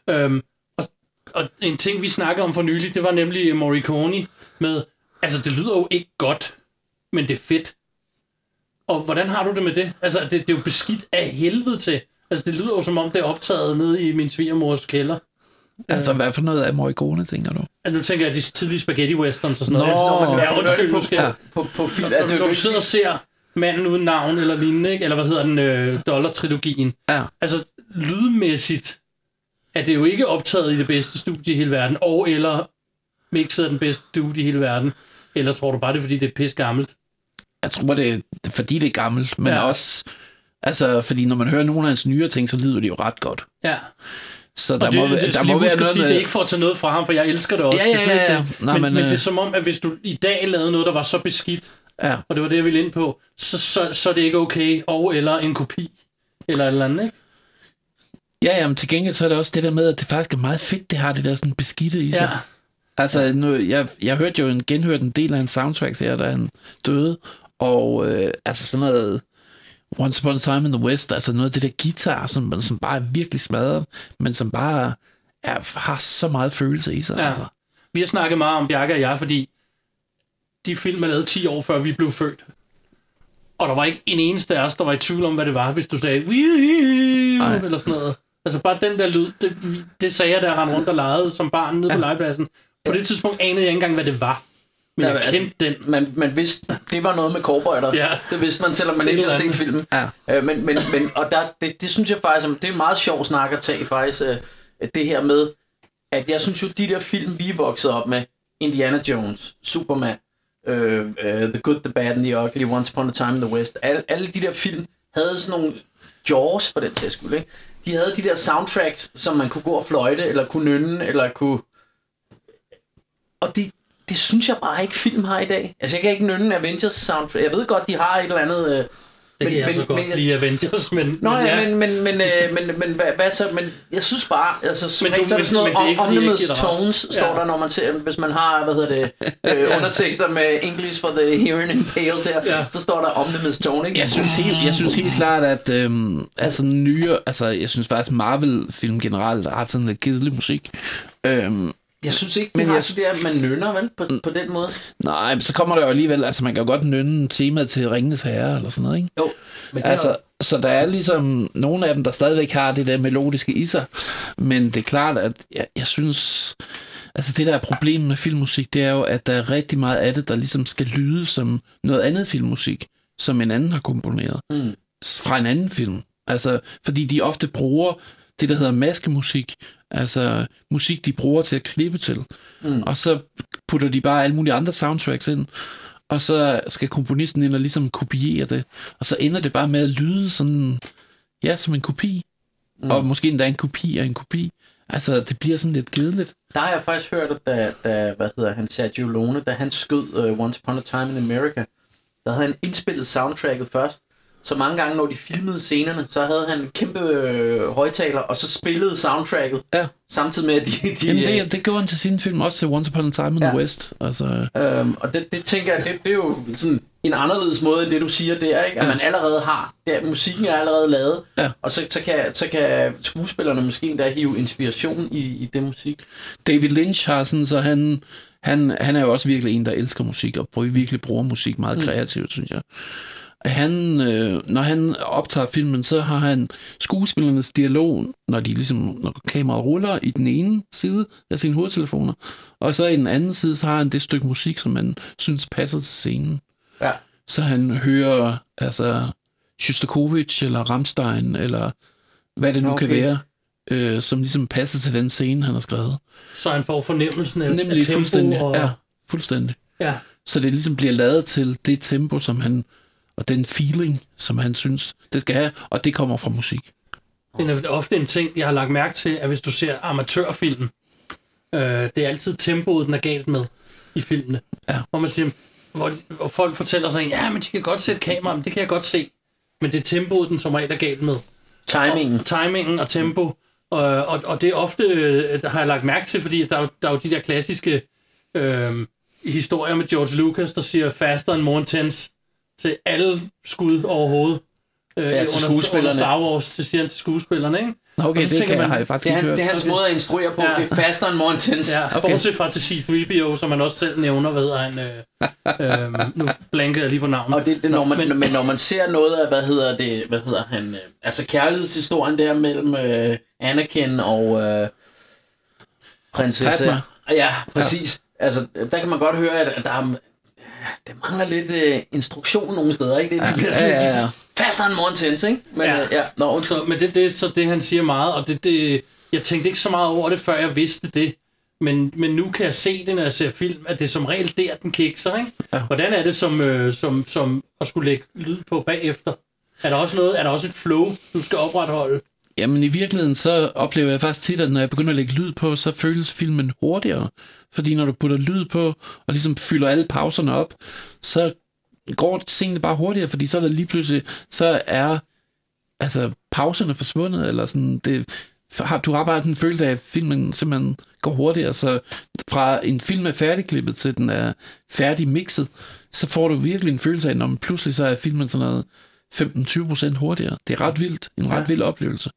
Og en ting, vi snakkede om for nylig, det var nemlig Morricone med, altså det lyder jo ikke godt, men det er fedt. Og hvordan har du det med det? Altså, det er jo beskidt af helvede til. Altså, det lyder jo som om, det er optaget nede i min svigermors kælder. Altså, hvad for noget af Morricone, tænker du? Altså, nu tænker jeg, de tidlige spaghetti westerns og sådan noget. På film. Når du sidder og ser Manden uden navn eller lignende, ikke? Eller hvad hedder den, Dollar-trilogien. Ja. Altså, lydmæssigt er det jo ikke optaget i det bedste studie i hele verden, eller mixet af den bedste studie i hele verden. Eller tror du bare, det er, fordi det er pis gammelt? Jeg tror, det er fordi, det er gammelt, men også... Altså, fordi når man hører nogle af hans nyere ting, så lyder det jo ret godt. Ja. Så der må være noget... Det er ikke for at tage noget fra ham, for jeg elsker det også. Ja. Men det er som om, at hvis du i dag lavede noget, der var så beskidt, og det var det, jeg ville ind på, så er det ikke okay, eller en kopi, eller et eller andet, ikke? Ja, men til gengæld så er det også det der med, at det faktisk er meget fedt, det har det der sådan beskidte i sig. Ja. Altså, nu, jeg hørte jo genhørte en del af hans soundtracks her, da han døde, og altså sådan noget Once Upon a Time in the West, altså noget af det der guitar, som bare er virkelig smadret, men som bare har så meget følelse i sig. Ja. Altså. Vi har snakket meget om Bjarke og jeg, fordi de film er lavet 10 år før vi blev født. Og der var ikke en eneste af os, der var i tvivl om, hvad det var, hvis du sagde eller sådan noget. Altså bare den der lyd, det sagde jeg, der han rundt og legede som barn nede på legepladsen. På det tidspunkt anede jeg ikke engang, hvad det var. Men jeg kendte den. Man vidste, det var noget med cowboyter. Ja. Det vidste man, selvom man ikke havde set filmen. Ja. Men og det synes jeg faktisk, det er en meget sjov snak at tage faktisk, det her med, at jeg synes jo, de der film, vi er vokset op med, Indiana Jones, Superman, The Good, The Bad and The Ugly, Once Upon a Time in the West. Alle de der film havde sådan nogle Jaws for den sags skyld, ikke? De havde de der soundtracks, som man kunne gå og fløjte, eller kunne nynne, eller kunne... Og det synes jeg bare ikke film har i dag. Altså jeg kan ikke nynne Avengers soundtrack. Jeg ved godt, de har et eller andet... Det kan jeg så godt lide Avengers, men... Nå ja, ja. men hvad så? Men jeg synes bare, altså som regel, så er det sådan noget ominous tones, står der, når man ser, hvis man har, undertekster med English for the hearing impaired der, så står der ominous tone, ikke? Jeg synes helt klart, at jeg synes faktisk Marvel-film generelt har sådan lidt kedelig musik. Jeg synes ikke, det har det der, man nynner, vel, på den måde. Nej, men så kommer der jo alligevel, altså man kan jo godt nynne temaet til Ringenes Herre, eller sådan noget, ikke? Jo. Men altså, så der er ligesom nogle af dem, der stadigvæk har det der melodiske i sig, men det er klart, at jeg synes, altså det der er problemet med filmmusik, det er jo, at der er rigtig meget af det, der ligesom skal lyde som noget andet filmmusik, som en anden har komponeret fra en anden film. Altså, fordi de ofte bruger det, der hedder maskemusik, altså musik, de bruger til at klippe til. Og så putter de bare alle mulige andre soundtracks ind, og så skal komponisten ind og ligesom kopiere det. Og så ender det bare med at lyde sådan, som en kopi. Og måske endda en kopi af en kopi. Altså, det bliver sådan lidt kedeligt. Der har jeg faktisk hørt, at da Sergio Leone, da han skød Once Upon a Time in America, der havde han indspillet soundtracket først. Så mange gange, når de filmede scenerne, så havde han kæmpe højtaler, og så spillede soundtracket, samtidig med, at de Jamen, det gjorde han til sin film, også til Once Upon a Time in the West. Altså. Og det tænker jeg, det er jo sådan en anderledes måde, end det du siger der, ikke? At man allerede har, musikken er allerede lavet, og så kan skuespillerne måske endda hive inspiration i det musik. David Lynch har sådan, så han er jo også virkelig en, der elsker musik, og virkelig bruger musik meget kreativt, synes jeg. Når han optager filmen, så har han skuespillernes dialog, når kameraet ruller i den ene side af sine hovedtelefoner, og så i den anden side, så har han det stykke musik, som man synes passer til scenen. Ja. Så han hører Shostakovich eller Rammstein, eller hvad det nu kan være, som ligesom passer til den scene, han har skrevet. Så han får fornemmelsen af Nemlig tempo. Fuldstændig. Ja, fuldstændig. Ja. Så det ligesom bliver lavet til det tempo, som han og den feeling, som han synes, det skal have, og det kommer fra musik. Det er ofte en ting, jeg har lagt mærke til, at hvis du ser amatørfilm, det er altid tempoet, den er galt med i filmene. Ja. Hvor man siger, hvor folk fortæller sig, men de kan godt sætte kamera, men det kan jeg godt se. Men det er tempoet, den som regel er galt med. Timingen og tempo. Og det er ofte, der har jeg lagt mærke til, fordi der er jo de der klassiske historier med George Lucas, der siger faster and more intense til alle skud overhovedet. Til skuespillerne. Under Star Wars, det siger han til skuespillerne, ikke? Okay, har jeg faktisk ikke hørt. Det er hans måde at instruere på, det er faster and more intense. Ja, bortset fra til C-3PO, som man også selv nævner, ved han... nu blanker jeg lige på navnet. Og det når man ser noget af, hvad hedder han... altså kærlighedshistorien der mellem Anakin og prinsesse... Padma. Ja, præcis. Ja. Altså, der kan man godt høre, at det mangler lidt instruktion nogle steder, ikke? Det bliver sådan lidt faster and more intense, ikke? Men, men det er så det, han siger meget, og jeg tænkte ikke så meget over det, før jeg vidste det. Men nu kan jeg se det, når jeg ser film, at det er som regel der, den kikser, ikke? Ja. Hvordan er det som at skulle lægge lyd på bagefter? Er der også et flow, du skal opretholde? Jamen i virkeligheden, så oplever jeg faktisk tit, at når jeg begynder at lægge lyd på, så føles filmen hurtigere. Fordi når du putter lyd på, og ligesom fylder alle pauserne op, så går tingene bare hurtigere, fordi så er der lige pludselig, så er pauserne forsvundet, eller sådan, du har bare den følelse af, at filmen simpelthen går hurtigere, så fra en film er færdigklippet til den er færdig mixet, så får du virkelig en følelse af, når pludselig så er filmen sådan noget 15-20% hurtigere. Det er ret vildt, en ret vild oplevelse.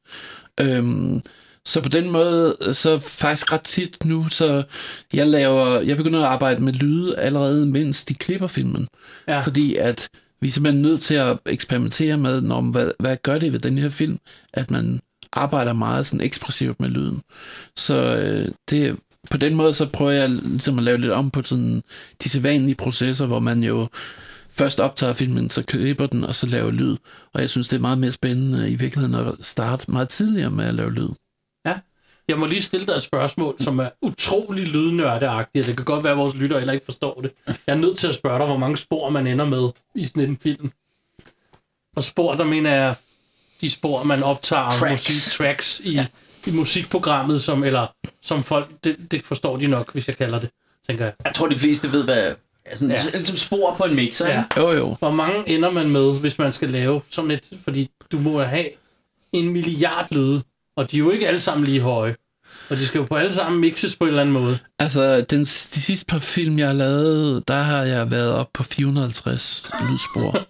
Så på den måde, så faktisk ret tit nu, så jeg begynder at arbejde med lyde allerede, mens de klipper filmen. Ja. Fordi at vi er simpelthen nødt til at eksperimentere med, hvad gør det ved den her film, at man arbejder meget sådan ekspressivt med lyden. Så på den måde, så prøver jeg ligesom at lave lidt om på sådan de sædvanlige processer, hvor man jo først optager filmen, så klipper den, og så laver lyd. Og jeg synes, det er meget mere spændende i virkeligheden at starte meget tidligere med at lave lyd. Ja, Jeg må lige stille dig et spørgsmål, som er utrolig lydnørdeagtigt, og det kan godt være, at vores lytter heller ikke forstår det. Jeg er nødt til at spørge dig, hvor mange spor man ender med i sådan en film. Og spor, der mener jeg, de spor, man optager tracks i musikprogrammet, som folk, det forstår de nok, hvis jeg kalder det, tænker jeg. Jeg tror, de fleste ved, hvad... Ligesom spor på en mixer, ja. Jo. Hvor mange ender man med, hvis man skal lave sådan et... Fordi du må have 1 milliard lyde, og de er jo ikke alle sammen lige høje. Og de skal jo på alle sammen mixes på en eller anden måde. Altså, de sidste par film, jeg har lavet, der har jeg været op på 450 lydspor.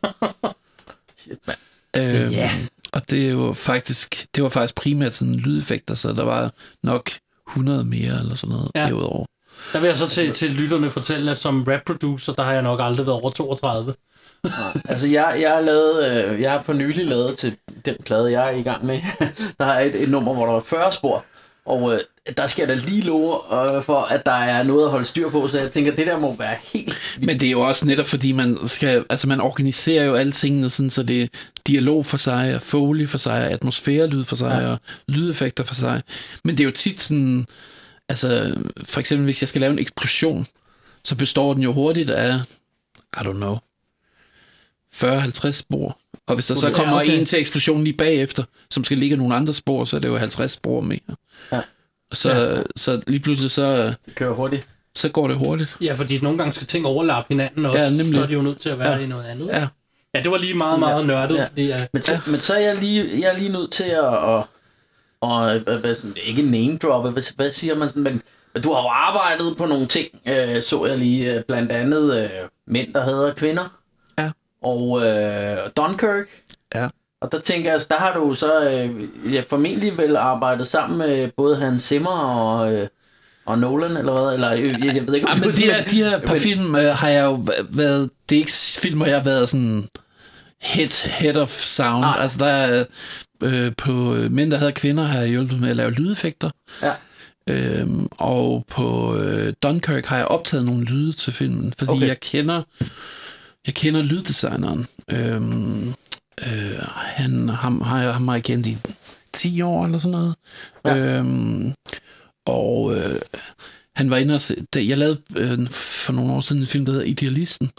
Og det var faktisk primært sådan lydeffekter, så der var nok 100 mere eller sådan noget derudover. Der vil jeg så til lytterne fortælle, at som rap-producer, der har jeg nok aldrig været over 32. Altså, jeg har for nylig lavet til den plade, jeg er i gang med. Der er et nummer, hvor der er 40 spor, og der skal der lige love for, at der er noget at holde styr på, så jeg tænker, det der må være helt... Men det er jo også netop, fordi man organiserer jo alle tingene sådan, så det er dialog for sig, og foley for sig, og atmosfærelyd for sig, og lydeffekter for sig. Men det er jo tit sådan... Altså, for eksempel, hvis jeg skal lave en eksplosion, så består den jo hurtigt af, I don't know, 40-50 spor. Og hvis der så kommer en til eksplosionen lige bagefter, som skal ligge nogle andre spor, så er det jo 50 spor mere. Ja. Så lige pludselig så... Det kører hurtigt. Så går det hurtigt. Ja, fordi nogle gange skal ting overlappe hinanden også, så er de jo nødt til at være i noget andet. Ja, det var lige meget nørdet. Ja. Fordi, men så er jeg lige nødt til at ikke name-droppe, hvad siger man sådan, men du har jo arbejdet på nogle ting, så jeg lige, blandt andet mænd, der hader kvinder, og Dunkirk, og der tænker jeg, der har du så formentlig vel arbejdet sammen med både Hans Zimmer og Nolan, eller hvad, eller jeg ved ikke, om men de her par film har jeg jo været, det er ikke filmer, jeg har været sådan head of sound, altså der er på Mænd, der hader kvinder, har jeg hjulpet med at lave lydeffekter. Ja. Og på Dunkirk har jeg optaget nogle lyde til filmen, fordi jeg kender lyddesigneren. Ham har jeg kendt i 10 år eller sådan noget. Ja. Han var inde og jeg lavede for nogle år siden en film, der hedder Idealisten,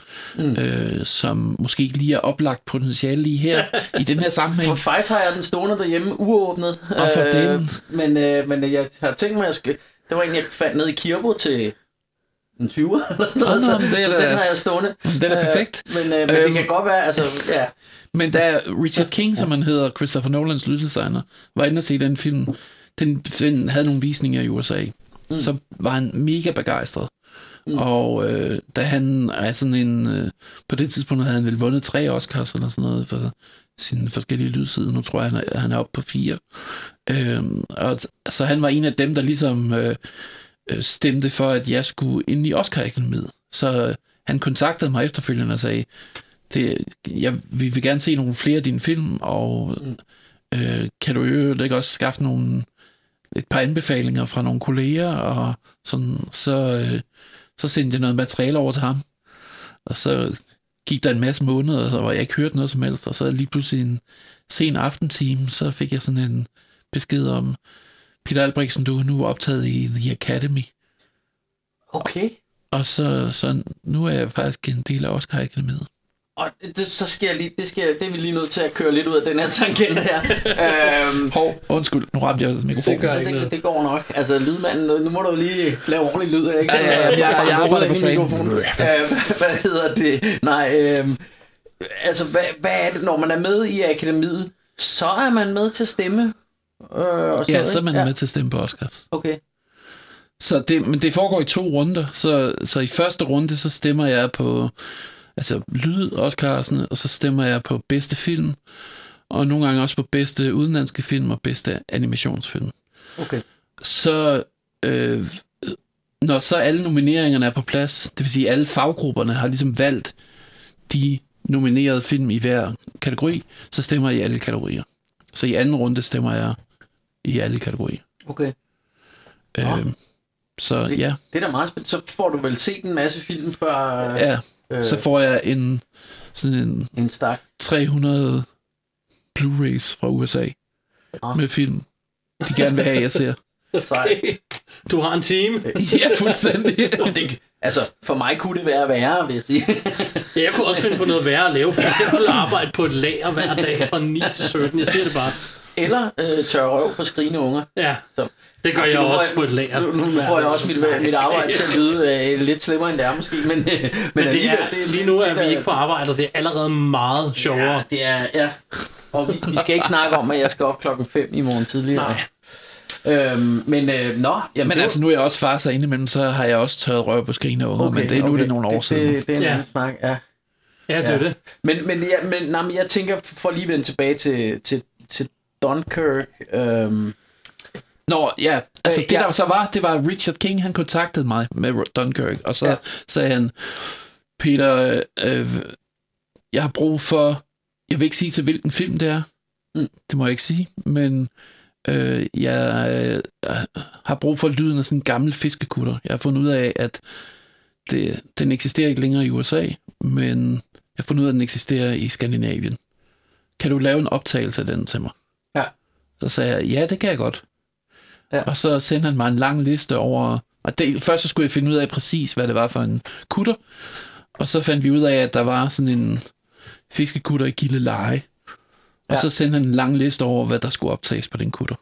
som måske ikke lige er oplagt potentiale lige her, i den her sammenhæng. For faktisk har jeg den stående derhjemme, uåbnet. Og for den. Men jeg har tænkt mig, det var en, jeg fandt ned i Kirbo til en 20'er, eller noget, så den har jeg stående. Den er perfekt. Men det kan godt være, altså, ja. Men da Richard King, som han hedder, Christopher Nolans lyddesigner, var inde og se den film, den havde nogle visninger i USA. Så var han mega begejstret. Og da han er sådan en... på det tidspunkt havde han vel vundet 3 Oscars eller sådan noget for sine forskellige lydsider. Nu tror jeg, han er oppe på 4. Og så han var en af dem, der ligesom stemte for, at jeg skulle ind i Oscar-akademiet. Så han kontaktede mig efterfølgende og sagde, vi vil gerne se nogle flere af dine film, og kan du jo ikke også skaffe et par anbefalinger fra nogle kolleger, og sådan, så sendte jeg noget materiale over til ham, og så gik der en masse måneder, hvor jeg ikke hørte noget som helst, og så lige pludselig en sen aftentime, så fik jeg sådan en besked om, Peter Albrechtsen, du er nu optaget i The Academy. Okay. Og så nu er jeg faktisk en del af Oscar-akademiet. Og det er vi lige nødt til at køre lidt ud af den her tangent her. Undskyld, nu ramte jeg mikrofonen. Det går nok. Altså, lydmanden, nu må du lige lave ordentlig lyd, ikke? Jeg arbejder på sagen. Hvad hedder det? Nej, altså, hvad er det, når man er med i akademiet, så er man med til at stemme? Ja, så er man med til at stemme på Oscars. Okay. Men det foregår i 2 runder, så i første runde, så stemmer jeg på lyd, Oscar, og så stemmer jeg på bedste film, og nogle gange også på bedste udenlandske film og bedste animationsfilm. Okay. Så når så alle nomineringerne er på plads, det vil sige alle faggrupperne har ligesom valgt de nominerede film i hver kategori, så stemmer jeg i alle kategorier. Så i anden runde stemmer jeg i alle kategorier. Okay. Så ja. Det er da meget spændende. Så får du vel set en masse film før... Ja. Så får jeg en 300 Blu-rays fra USA med film, de gerne vil have, jeg ser. Okay. Du har en team. Ja, fuldstændig. Altså, for mig kunne det være værre, vil jeg sige. Ja, jeg kunne også finde på noget værre at lave. For eksempel arbejde på et lager hver dag fra 9 til 17. Jeg siger det bare. Eller tørre røv på skrigende unger. Ja, det gør jeg også på et lager. Nu får jeg også mit arbejde til at lyde lidt slemmere, end det er måske. Men det er, lige nu er vi ikke på arbejde, og det er allerede meget sjovere. Ja, det er, ja. Og vi skal ikke snakke om, at jeg skal op 5:00 i morgen tidligere. Nej. Men altså nu er jeg også far, så indimellem, så har jeg også tørret røv på skrigende unger, men det er nu det er nogle år siden. Det er en anden snak, ja. Ja, det er det. Men jeg tænker, for lige at vende tilbage til Dunkirk. Nå, ja, altså det der så var, det var Richard King, han kontaktede mig med Dunkirk, og så sagde han, Peter, jeg har brug for, jeg vil ikke sige til hvilken film det er, det må jeg ikke sige, men jeg har brug for lyden af sådan en gammel fiskekutter. Jeg har fundet ud af, at den eksisterer ikke længere i USA, men jeg har fundet ud af, at den eksisterer i Skandinavien. Kan du lave en optagelse af den til mig? Ja. Så sagde jeg, ja, det kan jeg godt. Ja. Og så sendte han mig en lang liste over, og først så skulle jeg finde ud af præcis, hvad det var for en kutter, og så fandt vi ud af, at der var sådan en fiskekutter i Gilleleje. Og så sendte han en lang liste over, hvad der skulle optages på den kutter.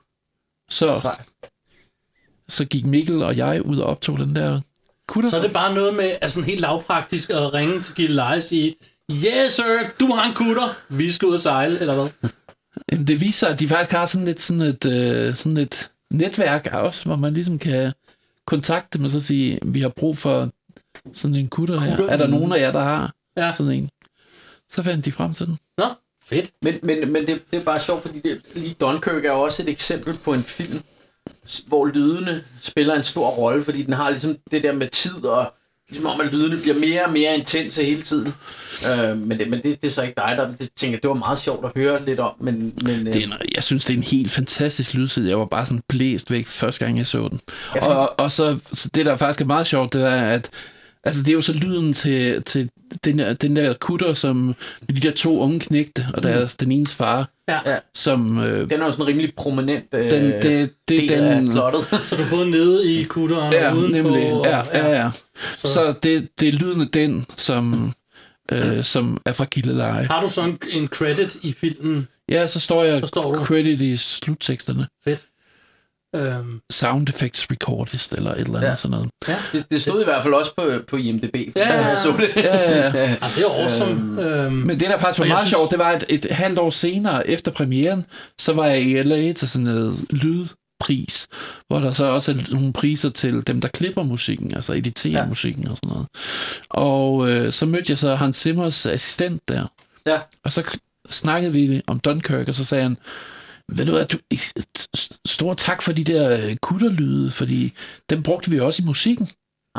Så gik Mikkel og jeg ud og optog den der kutter. Så er det bare noget med, altså helt lavpraktisk at ringe til Gilleleje og sige, yes sir, du har en kutter, vi skal ud og sejle, eller hvad? Jamen, det viser, at de faktisk har sådan et netværk også, hvor man ligesom kan kontakte dem og så sige, vi har brug for sådan en kutter her. Er der nogen af jer, der har sådan en? Så fandt de frem til den. Nå, fedt. Men det er bare sjovt, fordi lige Dunkirk er jo også et eksempel på en film, hvor lydene spiller en stor rolle, fordi den har ligesom det der med tid, og ligesom om, at lydene bliver mere og mere intense hele tiden. Men det er så ikke dig, der tænker, det var meget sjovt at høre lidt om. Jeg synes, det er en helt fantastisk lydside. Jeg var bare sådan blæst væk første gang, jeg så den. Og så det, der faktisk er meget sjovt, det er, at altså, det er jo så lyden til den der kutter, som de der 2 unge knægte, og deres den enes far, som... den er jo sådan rimelig prominent del af plottet. Så du er både nede i kutteren og udenpå. Ja. Så det er lyden af den, som er fra Gilleleje. Har du så en credit i filmen? Ja, så står jeg credit i slutteksterne. Fedt. Sound effects recordist eller et eller andet sådan noget. Ja, det stod i hvert fald også på IMDb. Ja. Det er awesome. Men det der faktisk var meget sjovt, det var at et halvt år senere efter premieren, så var jeg i LA til sådan noget lydpris, hvor der så også er nogle priser til dem, der klipper musikken, altså editerer musikken og sådan noget. Og så mødte jeg så Hans Zimmers assistent der. Ja. Og så snakkede vi om Dunkirk, og så sagde han, ved du hvad, stor tak for de der kutterlyde, fordi dem brugte vi også i musikken.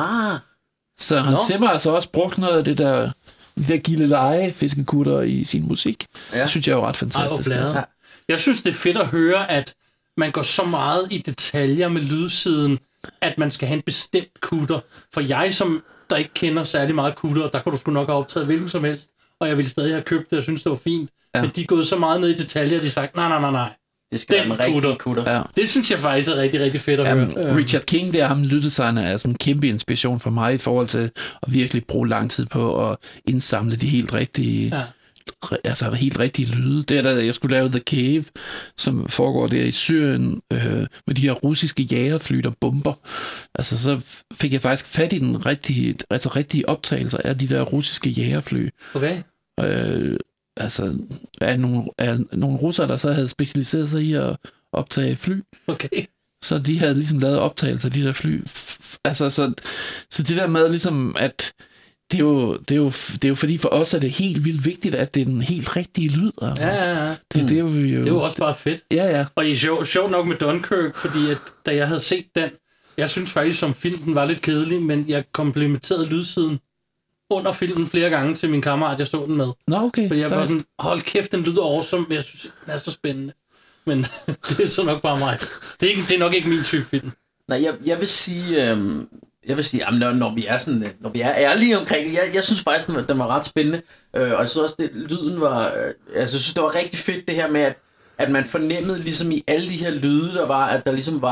Så Hans Zimmer har så også brugt noget af det der Gilleleje fiskekutter i sin musik. Det synes jeg er jo ret fantastisk. Jeg synes, det er fedt at høre, at man går så meget i detaljer med lydsiden, at man skal have en bestemt kutter. For jeg, som der ikke kender særlig meget kutter, der kunne du sgu nok have optaget hvilken som helst, og jeg ville stadig have købt det, og synes det var fint. Ja. Men de er gået så meget ned i detaljer, at de har sagt, nej. Det skal den være en rigtig kutter. Ja. Det synes jeg faktisk er rigtig, rigtig fedt at høre. Richard King, der ham lyddesigner, er sådan en kæmpe inspiration for mig i forhold til at virkelig bruge lang tid på at indsamle de helt rigtige, helt rigtige lyde. Det er da jeg skulle lave The Cave, som foregår der i Syrien, med de her russiske jagerfly, der bomber. Altså så fik jeg faktisk fat i den rigtige optagelser af de der russiske jagerfly. Okay. Altså, er nogle russere, der så havde specialiseret sig i at optage fly. Okay. Så de havde ligesom lavet optagelser af de der fly. Altså, så det der med ligesom, at det er jo fordi for os er det helt vildt vigtigt, at det er den helt rigtige lyd. Altså. Ja. Det er jo også bare fedt. Ja. Og I er sjovt nok med Dunkirk, fordi at, da jeg havde set den, jeg synes faktisk, som filmen var lidt kedelig, men jeg komplimenterede lydsiden under filmen flere gange til min kammerat, jeg så den med. Nå, okay. Fordi jeg var sådan, hold kæft, den lyder awesome, men jeg synes, den er så spændende. Men det er så nok bare mig. Det er nok ikke min type film. Nej, jeg vil sige, jamen, når vi er ærlige omkring det, jeg synes faktisk, den var ret spændende. Og jeg synes også, lyden var, jeg synes, det var rigtig fedt det her med, at man fornemmede ligesom i alle de her lyde, der var, at der ligesom var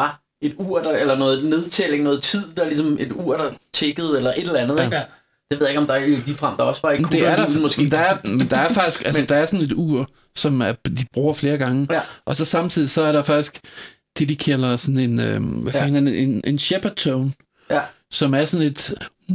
et ur, der, eller noget nedtælling, noget tid, der er ligesom et ur, der tikkede, eller et eller andet, ikke? Det ved jeg ikke, om der er ligefrem, der også var i Kugler måske. Der er faktisk, altså der er sådan et ur, som de bruger flere gange, og så samtidig så er der faktisk det, de kalder sådan en, en shepherd tone, som er sådan et...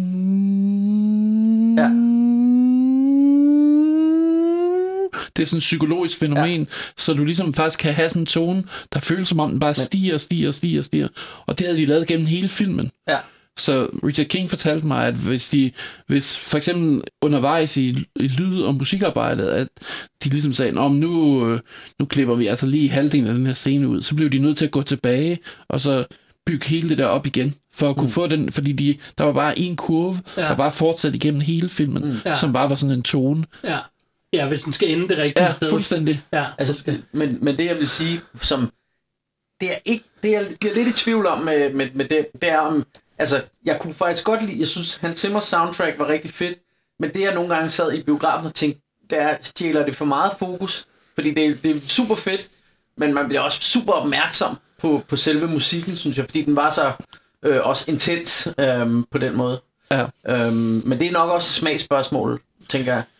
Det er sådan et psykologisk fænomen, så du ligesom faktisk kan have sådan en tone, der føles som om den bare stiger. Og det havde de lavet gennem hele filmen. Ja. Så Richard King fortalte mig, at hvis for eksempel undervejs i lyd- og musikarbejdet, at de ligesom sagde, nu klipper vi altså lige halvdelen af den her scene ud, så blev de nødt til at gå tilbage, og så bygge hele det der op igen, for at kunne få den, fordi der var bare en kurve, der bare fortsatte igennem hele filmen, som bare var sådan en tone. Ja, hvis den skal ende det rigtige sted. Ja, fuldstændig. Ja, altså, men det jeg vil sige, som det er ikke, det jeg bliver lidt i tvivl om med det er om, altså jeg kunne faktisk godt lide, jeg synes Hans Zimmers soundtrack var rigtig fedt, men det jeg nogle gange sad i biografen og tænkte, der stjæler det for meget fokus, fordi det er super fedt, men man bliver også super opmærksom på selve musikken, synes jeg, fordi den var så også intens på den måde. Ja. Men det er nok også smagsspørgsmål, tænker jeg.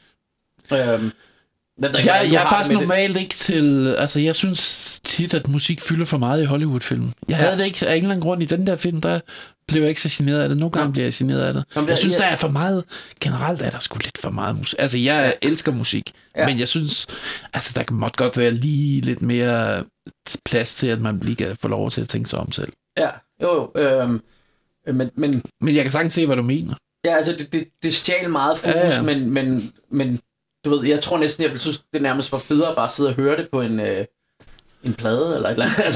Jeg er faktisk normalt ikke til... Altså, jeg synes tit, at musik fylder for meget i Hollywood-film. Jeg havde det ikke af en eller anden grund i den der film, der blev jeg ikke så generet af det. Nogle gange bliver jeg generet af det. Jeg synes, der er for meget... Generelt er der sgu lidt for meget musik. Altså, jeg elsker musik, men jeg synes... Altså, der måtte godt være lige lidt mere plads til, at man lige kan få lov til at tænke sig om selv. Ja, jo. Men jeg kan sagtens se, hvad du mener. Ja, altså, det stjal meget fokus, men du ved, jeg tror næsten, jeg ville synes, det nærmest var federe bare at sidde og høre det på en plade, eller et eller andet.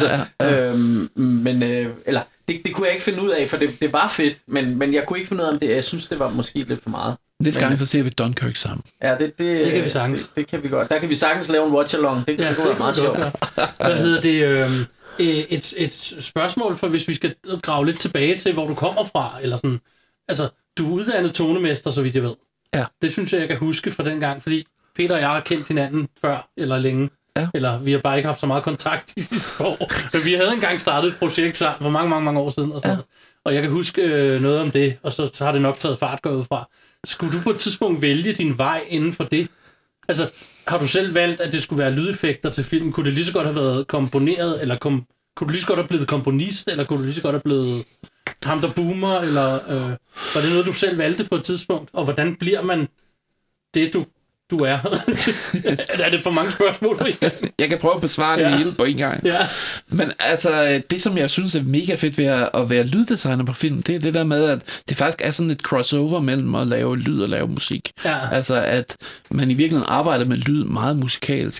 Altså, eller, det kunne jeg ikke finde ud af, for det var fedt, men jeg kunne ikke finde ud af, om det, jeg synes, det var måske lidt for meget. Næste gang, så ser vi Dunkirk sammen. Ja, det kan vi sagtens. Det kan vi godt. Der kan vi sagtens lave en watch-along. Det kunne være meget sjovt. Hvad hedder det? Et spørgsmål, for hvis vi skal grave lidt tilbage til, hvor du kommer fra, eller sådan, altså, du er uddannet tonemester, så vidt jeg ved. Ja. Det synes jeg kan huske fra den gang, fordi Peter og jeg har kendt hinanden før eller længe. Ja. Eller vi har bare ikke haft så meget kontakt i sidste år. Men vi havde engang startet et projekt sammen for mange år siden. Og jeg kan huske noget om det, og så har det nok taget fart gået fra. Skulle du på et tidspunkt vælge din vej inden for det? Altså, har du selv valgt, at det skulle være lydeffekter til film? Kunne det lige så godt have været komponeret, eller kunne du lige så godt have blevet komponist, eller kunne du lige så godt have blevet ham, der boomer, eller var det noget, du selv valgte på et tidspunkt? Og hvordan bliver man det, du er? Er det for mange spørgsmål? Jeg kan prøve at besvare det hele på en gang. Ja. Men altså, det som jeg synes er mega fedt ved at være lyddesigner på film, det er det der med, at det faktisk er sådan et crossover mellem at lave lyd og lave musik. Ja. Altså, at man i virkeligheden arbejder med lyd meget musikalsk.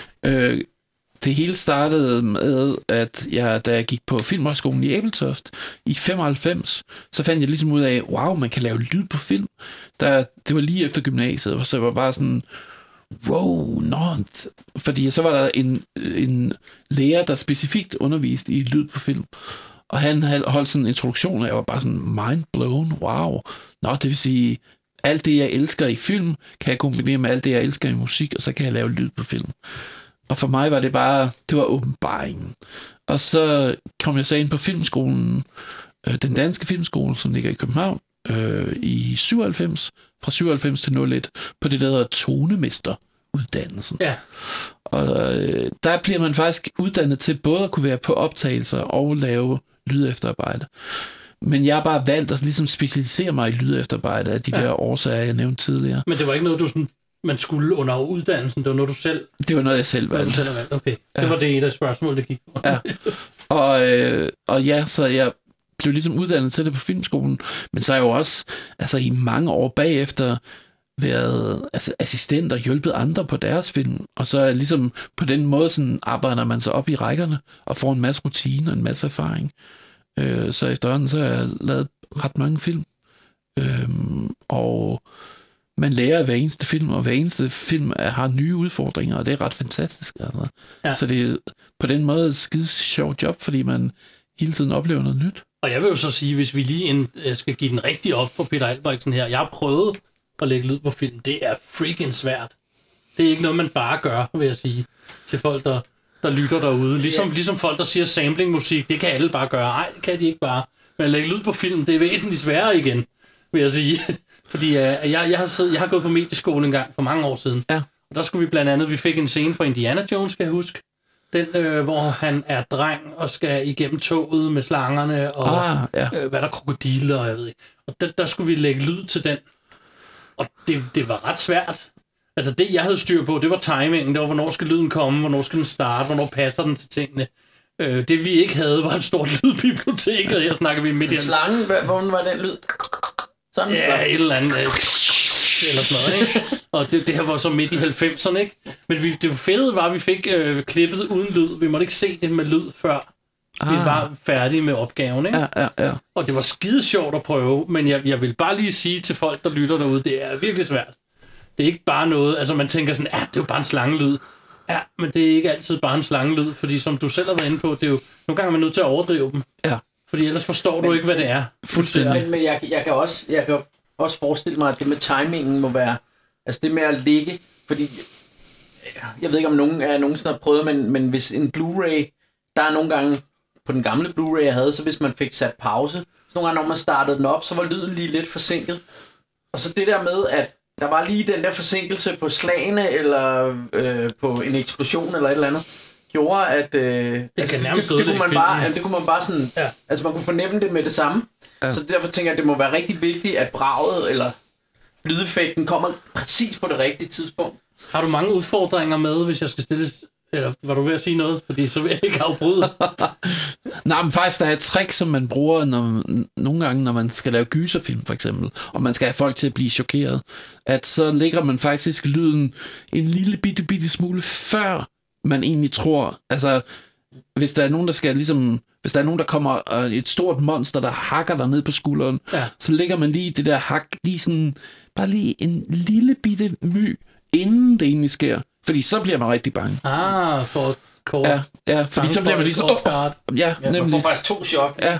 Det hele startede med, at da jeg gik på Filmhøjskolen i Ebeltoft i 95, så fandt jeg ligesom ud af, wow, man kan lave lyd på film. Det var lige efter gymnasiet, så jeg var bare sådan, wow, fordi så var der en lærer, der specifikt underviste i lyd på film. Og han holdt sådan en introduktion, og jeg var bare sådan mind blown, wow. Det vil sige, alt det, jeg elsker i film, kan jeg kombinere med alt det, jeg elsker i musik, og så kan jeg lave lyd på film. Og for mig var det var åbenbaringen. Og så kom jeg så ind på filmskolen, den danske filmskole, som ligger i København, i 97, fra 97 til 01, på det, der hedder tonemesteruddannelsen. Ja. Og der bliver man faktisk uddannet til både at kunne være på optagelser og lave lydefterarbejde. Men jeg har bare valgt at ligesom specialisere mig i lydefterarbejde af de der årsager, jeg nævnte tidligere. Men det var ikke noget, du sådan man skulle under uddannelsen, det var noget, du selv... Det var noget, jeg selv valgte. Okay, det var det et af spørgsmål, det gik på. Ja. Og ja, så jeg blev ligesom uddannet til det på filmskolen, men så har jeg jo også i mange år bagefter været assistent og hjulpet andre på deres film, og så ligesom på den måde sådan arbejder man sig op i rækkerne og får en masse rutine og en masse erfaring. Så efterhånden så har jeg lavet ret mange film. Og man lærer af hver eneste film, og hver eneste film har nye udfordringer, og det er ret fantastisk. Altså. Ja. Så det er på den måde et skide sjovt job, fordi man hele tiden oplever noget nyt. Og jeg vil jo så sige, hvis vi lige skal give den rigtig op for Peter Albrechtsen her, jeg har prøvet at lægge lyd på film. Det er freaking svært. Det er ikke noget, man bare gør, vil jeg sige, til folk, der der lytter derude. Ligesom folk, der siger samplingmusik, det kan alle bare gøre. Nej, det kan de ikke bare. Men at lægge lyd på film, det er væsentligt sværere igen, vil jeg sige. Fordi jeg har gået på medieskole en gang for mange år siden. Ja. Og der skulle vi blandt andet, vi fik en scene fra Indiana Jones, skal jeg huske. Den, hvor han er dreng og skal igennem toget med slangerne, og hvad der krokodiller, og jeg ved ikke. Og der skulle vi lægge lyd til den. Og det var ret svært. Altså det, jeg havde styr på, det var timingen. Det var, hvornår skal lyden komme, hvornår skal den starte, hvornår passer den til tingene. Det vi ikke havde, var et stort lydbibliotek, og her snakker vi midt i... Slangen, hvordan var den lyd? Sådan, ja, et eller andet... eller sådan noget, ikke? Og det her var så midt i 90'erne, ikke? Men det fede var, at vi fik klippet uden lyd. Vi måtte ikke se det med lyd, før vi var færdige med opgaven, ikke? Ja. Og det var skide sjovt at prøve, men jeg vil bare lige sige til folk, der lytter derude, det er virkelig svært. Det er ikke bare noget, altså man tænker sådan, det er jo bare en slangelyd. Ja, men det er ikke altid bare en slangelyd, fordi som du selv har været inde på, det er jo, nogle gange er man nødt til at overdrive dem. Ja. Fordi ellers forstår du ikke, hvad det er. Fuldstændig. Men jeg kan også forestille mig, at det med timingen må være, altså det med at ligge, fordi, jeg ved ikke, om nogen nogensinde har prøvet, men hvis en Blu-ray, der er nogle gange, på den gamle Blu-ray, jeg havde, så hvis man fik sat pause, så nogle gange, når man startede den op, så var lyden lige lidt forsinket. Og så det der med, at der var lige den der forsinkelse på slagene, eller på en eksplosion, eller et eller andet, gjorde, at det kunne man bare sådan, altså man kunne fornemme det med det samme. Ja. Så derfor tænker jeg, at det må være rigtig vigtigt, at braget, eller lydeffekten kommer præcis på det rigtige tidspunkt. Har du mange udfordringer med, hvis jeg skal stille... Eller var du ved at sige noget? Fordi så vil jeg ikke afbryde. Nej, men faktisk der er et trick, som man bruger nogle gange, når man skal lave gyserfilm for eksempel, og man skal have folk til at blive chokeret, at så lægger man faktisk lyden en lille bitte smule før man egentlig tror. Altså, hvis der er nogen, der skal ligesom... Hvis der er nogen, der kommer et stort monster, der hakker dig ned på skulderen, så lægger man lige det der hak, lige sådan, bare lige en lille bitte my, inden det egentlig sker. Fordi så bliver man rigtig bange. For kort. Ja, fordi så bliver man lige så... Ja, man får faktisk 2 chok. Ja.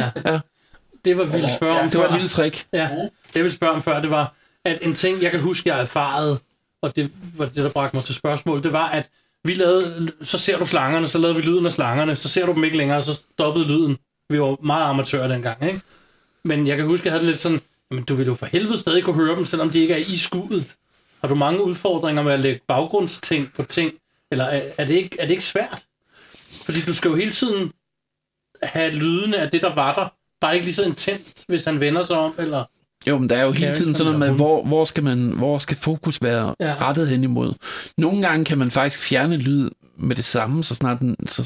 Det var vildt spørge om. Det var et lille trick. Ja, det jeg ville spørge om før, det var, at en ting, jeg kan huske, jeg erfarede, og det var det, der bragte mig til spørgsmål, det var, at vi lavede, så ser du slangerne, så lavede vi lyden af slangerne, så ser du dem ikke længere, så stoppede lyden. Vi var meget amatører dengang, ikke? Men jeg kan huske, jeg havde det lidt sådan, men du ville jo for helvede stadig kunne høre dem, selvom de ikke er i skuddet. Har du mange udfordringer med at lægge baggrundsting på ting, eller er det ikke svært? Fordi du skal jo hele tiden have lydene af det, der var der, bare ikke lige så intenst, hvis han vender sig om, eller... Jo, men der er jo hele tiden sådan noget med, hvor skal fokus være rettet hen imod. Nogle gange kan man faktisk fjerne lyd med det samme, så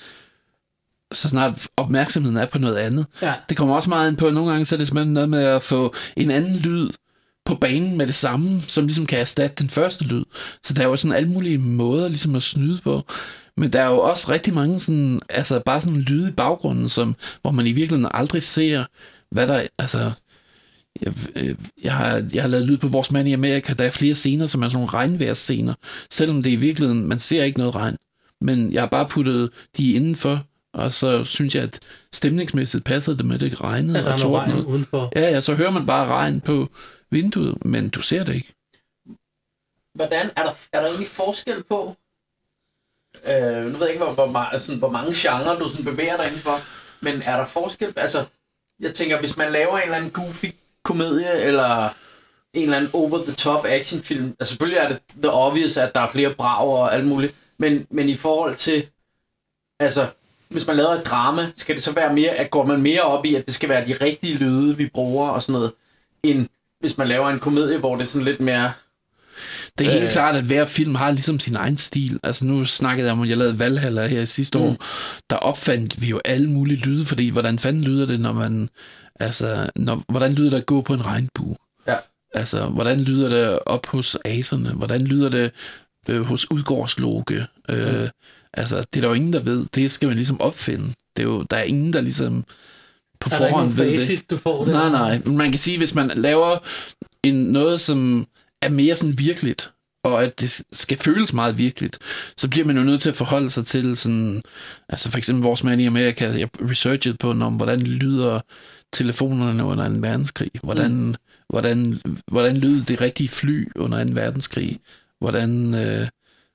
snart opmærksomheden er på noget andet. Ja. Det kommer også meget ind på, nogle gange så er det simpelthen noget med at få en anden lyd på banen med det samme, som ligesom kan erstatte den første lyd. Så der er jo sådan alle mulige måder ligesom at snyde på. Men der er jo også rigtig mange sådan, altså bare sådan lyde i baggrunden, hvor man i virkeligheden aldrig ser, hvad der... Altså, jeg har lavet lyd på Vores Mand i Amerika. Der er flere scener, som er sådan nogle regnvejrsscener. Selvom det i virkeligheden, man ser ikke noget regn. Men jeg har bare puttet de indenfor, og så synes jeg, at stemningsmæssigt passede det med, det regnede og tordnede udenfor. Ja, så hører man bare regn på vinduet, men du ser det ikke. Hvordan er der egentlig forskel på? Nu ved jeg ikke, hvor mange genrer du sådan bevæger dig indenfor, men er der forskel? Altså, jeg tænker, hvis man laver en eller anden goofy komedie, eller en eller anden over-the-top actionfilm, altså selvfølgelig er det the obvious, at der er flere brager og alt muligt, men i forhold til, altså, hvis man laver et drama, skal det så være mere, at går man mere op i, at det skal være de rigtige lyde, vi bruger og sådan noget, end hvis man laver en komedie, hvor det er sådan lidt mere... Det er helt klart, at hver film har ligesom sin egen stil. Altså nu snakkede jeg om, at jeg lavede Valhalla her sidste år. Der opfandt vi jo alle mulige lyde, fordi hvordan fanden lyder det, når man... Altså, hvordan lyder det at gå på en regnbue? Ja. Altså, hvordan lyder det op hos aserne? Hvordan lyder det hos udgårdsloke? Altså, det er der jo ingen, der ved. Det skal man ligesom opfinde. Det er jo, der er ingen, der ligesom på forhånd ved det. Du får det. Nej. Men man kan sige, hvis man laver noget, som er mere sådan virkeligt, og at det skal føles meget virkeligt, så bliver man jo nødt til at forholde sig til sådan, altså for eksempel Vores Mand i Amerika, jeg researchede på, hvordan lyder telefonerne under 2. verdenskrig, hvordan lød det rigtige fly under 2. verdenskrig, hvordan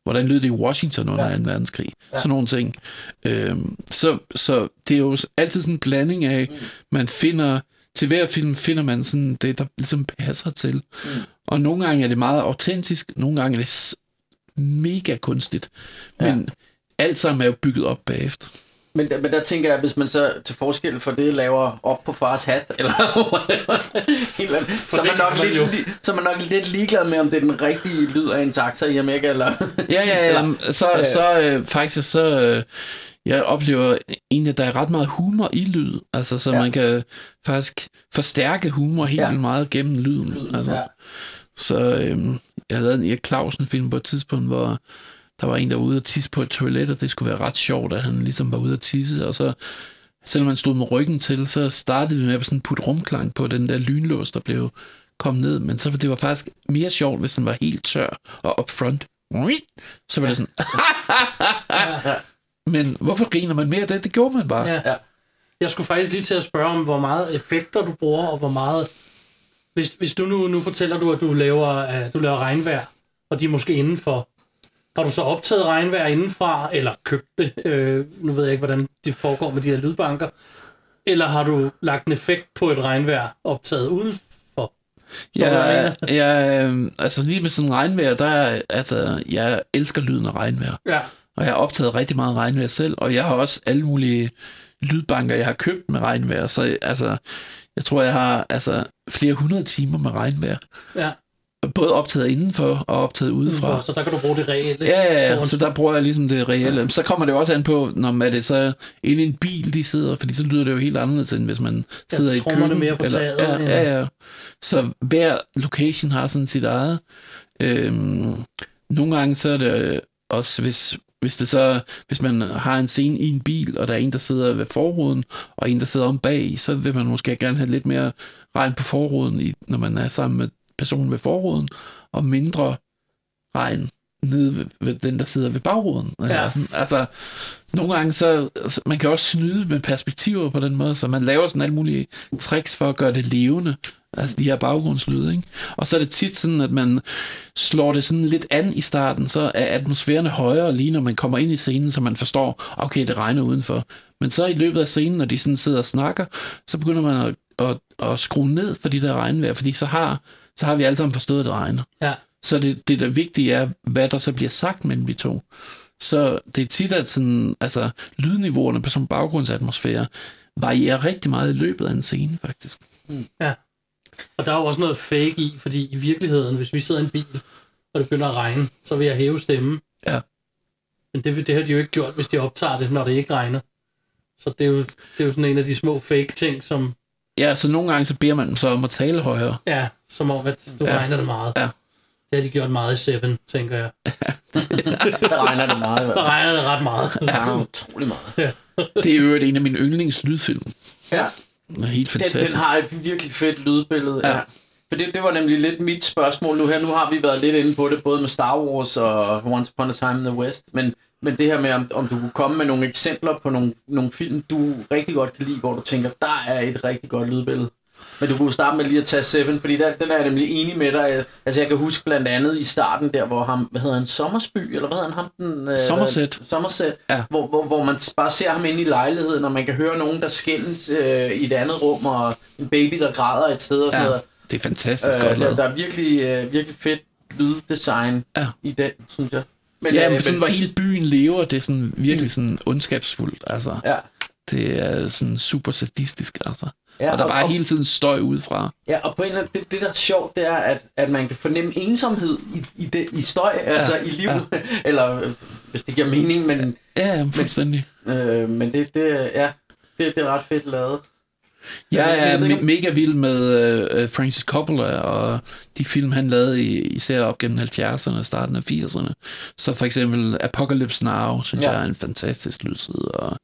hvordan lød det i Washington under 2. verdenskrig, sådan nogle ting. Så det er jo altid sådan en blanding af, man finder, til hver film finder man sådan det, der ligesom passer til. Og nogle gange er det meget autentisk, nogle gange er det mega kunstigt, men alt sammen er jo bygget op bagefter. Men der tænker jeg, hvis man så til forskel for det laver op på fars hat, eller så er man nok lidt ligeglad med, om det er den rigtige lyd af en taxa i Amerika, eller... Faktisk jeg oplever egentlig, at der er ret meget humor i lyd, altså så man kan faktisk forstærke humor helt meget gennem lyden. Altså. Så jeg lavede en Erik Clausen-film på et tidspunkt, hvor der var en, der var ude at tisse på et toilet, og det skulle være ret sjovt, at han ligesom var ude at tisse, og så, selvom han stod med ryggen til, så startede vi med at sådan putte rumklang på den der lynlås, der blev kommet ned, men så det var faktisk mere sjovt, hvis den var helt tør og up front. Så var det sådan... Men hvorfor griner man mere af det? Det gjorde man bare. Ja. Jeg skulle faktisk lige til at spørge om, hvor meget effekter du bruger, og hvor meget... Hvis du nu fortæller du, at du laver regnvejr, og de er måske indenfor. Har du så optaget regnvejr indenfra, eller købt det? Nu ved jeg ikke, hvordan det foregår med de her lydbanker. Eller har du lagt en effekt på et regnvejr optaget udenfor? Altså lige med sådan en regnvejr, jeg elsker lyden af regnvejr. Ja. Og jeg har optaget rigtig meget regnvejr selv, og jeg har også alle mulige lydbanker, jeg har købt med regnvejr. Så jeg tror, jeg har flere 100 timer med regnvejr. Ja. Både optaget indenfor og optaget udefra. Så der kan du bruge det reelle. Ja, så der bruger jeg ligesom det reelle. Så kommer det også an på, når er det så inde i en bil, de sidder, fordi så lyder det jo helt anderledes, end hvis man sidder i et køkken. Det mere på taget. Ja. Så hver location har sådan sit eget. Nogle gange så er det også, hvis man har en scene i en bil, og der er en, der sidder ved forruden, og en, der sidder om bag, så vil man måske gerne have lidt mere regn på forruden, når man er sammen med personen ved forruden, og mindre regn nede ved den, der sidder ved bagruden. Ja. Altså, nogle gange så man kan også snyde med perspektiver på den måde, så man laver sådan alle mulige tricks for at gøre det levende, altså de her baggrundslyde, ikke? Og så er det tit sådan, at man slår det sådan lidt an i starten, så er atmosfærerne højere lige når man kommer ind i scenen, så man forstår, okay, det regner udenfor. Men så i løbet af scenen, når de sådan sidder og snakker, så begynder man at skrue ned for de der regnvejr, fordi så har vi alle sammen forstået, at det regner. Ja. Så det der vigtige er, hvad der så bliver sagt mellem de to. Så det er tit, at sådan, lydniveauerne på sådan en baggrundsatmosfære varierer rigtig meget i løbet af en scene, faktisk. Ja. Og der er jo også noget fake i, fordi i virkeligheden, hvis vi sidder i en bil, og det begynder at regne, så vil jeg hæve stemmen. Ja. Men det har de jo ikke gjort, hvis de optager det, når det ikke regner. Så det er jo sådan en af de små fake ting, som... Ja, så nogle gange så beder man dem så om at tale højere. Ja, som om, at du regner det meget. Ja. Det har de gjort meget i Seven, tænker jeg. Der regner det meget. Der regner det ret meget. Ja, utrolig meget. Ja. Det er jo en af mine yndlingslydfilm. Ja. Det er helt fantastisk. Den har et virkelig fedt lydbillede. Ja. For det var nemlig lidt mit spørgsmål nu her. Nu har vi været lidt inde på det, både med Star Wars og Once Upon a Time in the West. Men det her med, om du kunne komme med nogle eksempler på nogle film, du rigtig godt kan lide, hvor du tænker, der er et rigtig godt lydbillede. Men du kunne starte med lige at tage Seven, fordi den er jeg nemlig enig med dig. Altså jeg kan huske blandt andet i starten der, hvor ham, hvad hedder han, Sommersby, eller hvad hedder han? Somerset. Ja. Hvor man bare ser ham inde i lejligheden, og man kan høre nogen, der skændes i et andet rum, og en baby, der græder et sted og sådan noget. Det er fantastisk godt lavet. Der er virkelig fedt lyddesign i den, synes jeg. Men sådan hvor hele byen lever, det er sådan virkelig sådan ondskabsfuldt, altså. Ja. Det er sådan super sadistisk, altså. Ja, og der er bare hele tiden støj udefra. Ja, og på en eller anden, det der er sjovt, det er, at man kan fornemme ensomhed i støj, altså i liv, eller hvis det giver mening, men... Ja, fuldstændig. Men det er ret fedt lavet. Jeg er mega vild med Francis Coppola og de film, han lavede især op gennem 70'erne og starten af 80'erne. Så for eksempel Apocalypse Now, synes jeg er en fantastisk lydside, og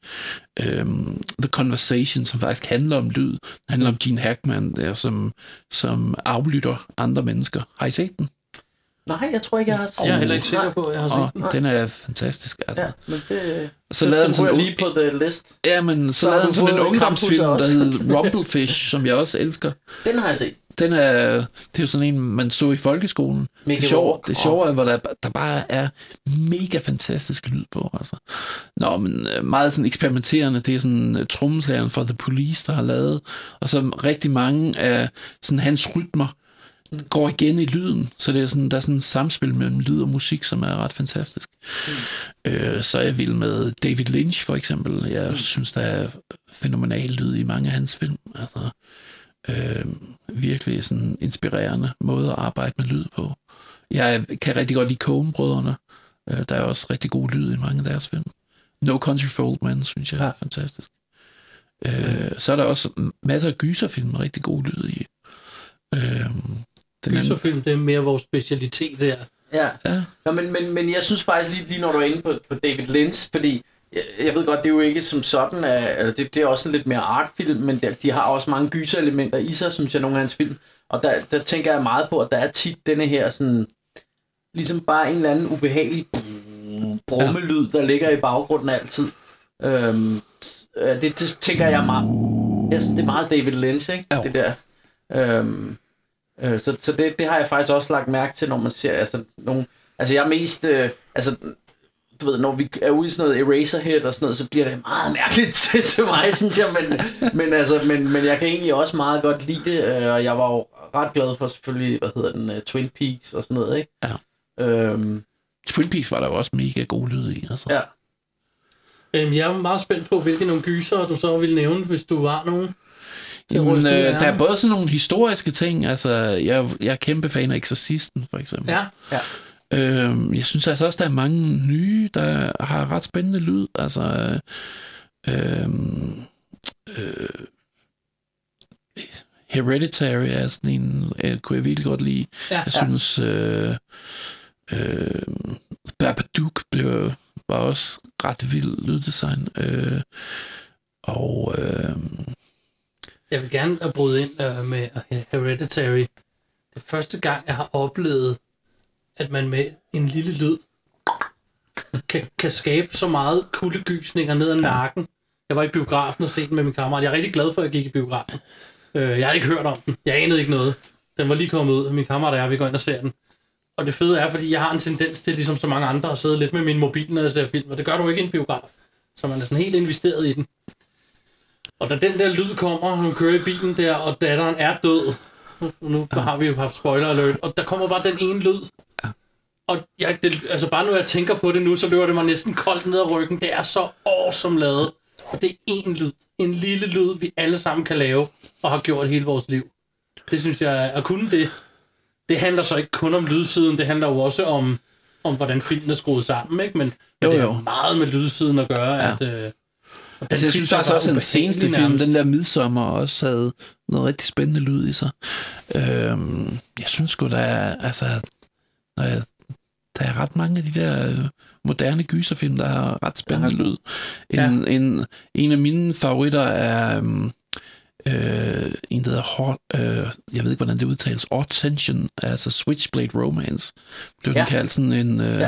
The Conversation, som faktisk handler om lyd, handler om Gene Hackman, der, som aflytter andre mennesker. Har I set den? Nej, jeg tror ikke, jeg har set den. Jeg er heller ikke sikker på, at jeg har set den. Den er fantastisk, altså. Ja, men det... Så lavede han sådan lige på the list. Ja, men så lavede han sådan en ungdomsfilm, der hed Rumblefish, som jeg også elsker. Den har jeg set. det er jo sådan en, man så i folkeskolen. Det sjove er, hvor der bare er mega fantastisk lyd på. Altså. Men meget sådan eksperimenterende. Det er sådan trommeslageren fra The Police, der har lavet. Og så rigtig mange af sådan hans rytmer går igen i lyden. Så det er sådan, der er sådan et samspil mellem lyd og musik, som er ret fantastisk. Så er jeg vild med David Lynch, for eksempel. Jeg synes, der er fænomenal lyd i mange af hans film. Altså, virkelig sådan inspirerende måde at arbejde med lyd på. Jeg kan rigtig godt lide Coen-brødrene. Der er også rigtig god lyd i mange af deres film. No Country for Old Men, synes jeg er fantastisk. Så er der også masser af gyserfilm med rigtig god lyd i. Gyserfilm, det er mere vores specialitet der. Ja. Nå, men jeg synes faktisk lige når du er inde på David Lynch, fordi jeg ved godt, det er jo ikke som sådan, altså det er også en lidt mere artfilm, men de har også mange gyserelementer i sig, synes jeg, nogle af hans film. Og der tænker jeg meget på, at der er tit denne her sådan, ligesom bare en eller anden ubehagelig brummelyd, der ligger i baggrunden altid. Det tænker jeg meget. Det er meget David Lynch, ikke? Jo. Det der. Så det har jeg faktisk også lagt mærke til, når man ser jeg er mest du ved, når vi er ude i sådan noget Eraserhead og sådan noget, så bliver det meget mærkeligt til mig, synes jeg, men jeg kan egentlig også meget godt lide det, og jeg var jo ret glad for selvfølgelig, Twin Peaks og sådan noget, ikke? Ja. Twin Peaks var der jo også mega god lyd i, altså. Ja. Jeg er meget spændt på, hvilke nogle gyser du så ville nævne, hvis du var nogen. Jamen, der er både sådan nogle historiske ting, altså jeg er kæmpe fan af Exorcisten, for eksempel. Ja. Jeg synes altså også, der er mange nye, der har ret spændende lyd, altså Hereditary er sådan en, kunne jeg virkelig godt lide. Jeg synes Babadook var også ret vild lyddesign, og jeg vil gerne bryde ind med Hereditary. Det første gang, jeg har oplevet, at man med en lille lyd kan skabe så meget kuldegysninger ned ad nakken. Jeg var i biografen og set den med min kammerat. Jeg er rigtig glad for, at jeg gik i biografen. Jeg havde ikke hørt om den. Jeg anede ikke noget. Den var lige kommet ud, og min kammerat og jeg, vi går ind og ser den. Og det fede er, fordi jeg har en tendens til, ligesom så mange andre, at sidde lidt med min mobil, når jeg ser film, og det gør du ikke i en biograf. Så man er sådan helt investeret i den. Og da den der lyd kommer, hun kører i bilen der, og datteren er død. Nu har vi jo haft spoiler alert, og der kommer bare den ene lyd. Og bare når jeg tænker på det nu, så løber det mig næsten koldt ned ad ryggen. Det er så awesome lavet. Og det er én lyd. En lille lyd, vi alle sammen kan lave, og har gjort hele vores liv. Det synes jeg er kun det. Det handler så ikke kun om lydsiden, det handler jo også om hvordan filmen er skruet sammen, ikke? Men det er jo meget med lydsiden at gøre, jeg synes faktisk også, at den seneste film, den der Midsommar, også havde noget rigtig spændende lyd i sig. Jeg synes sgu, der er ret mange af de der moderne gyserfilm, der har ret spændende lyd. En af mine favoritter er en, der hedder jeg ved ikke, hvordan det udtales, Odd Tension, altså Switchblade Romance, blev den kaldt sådan en,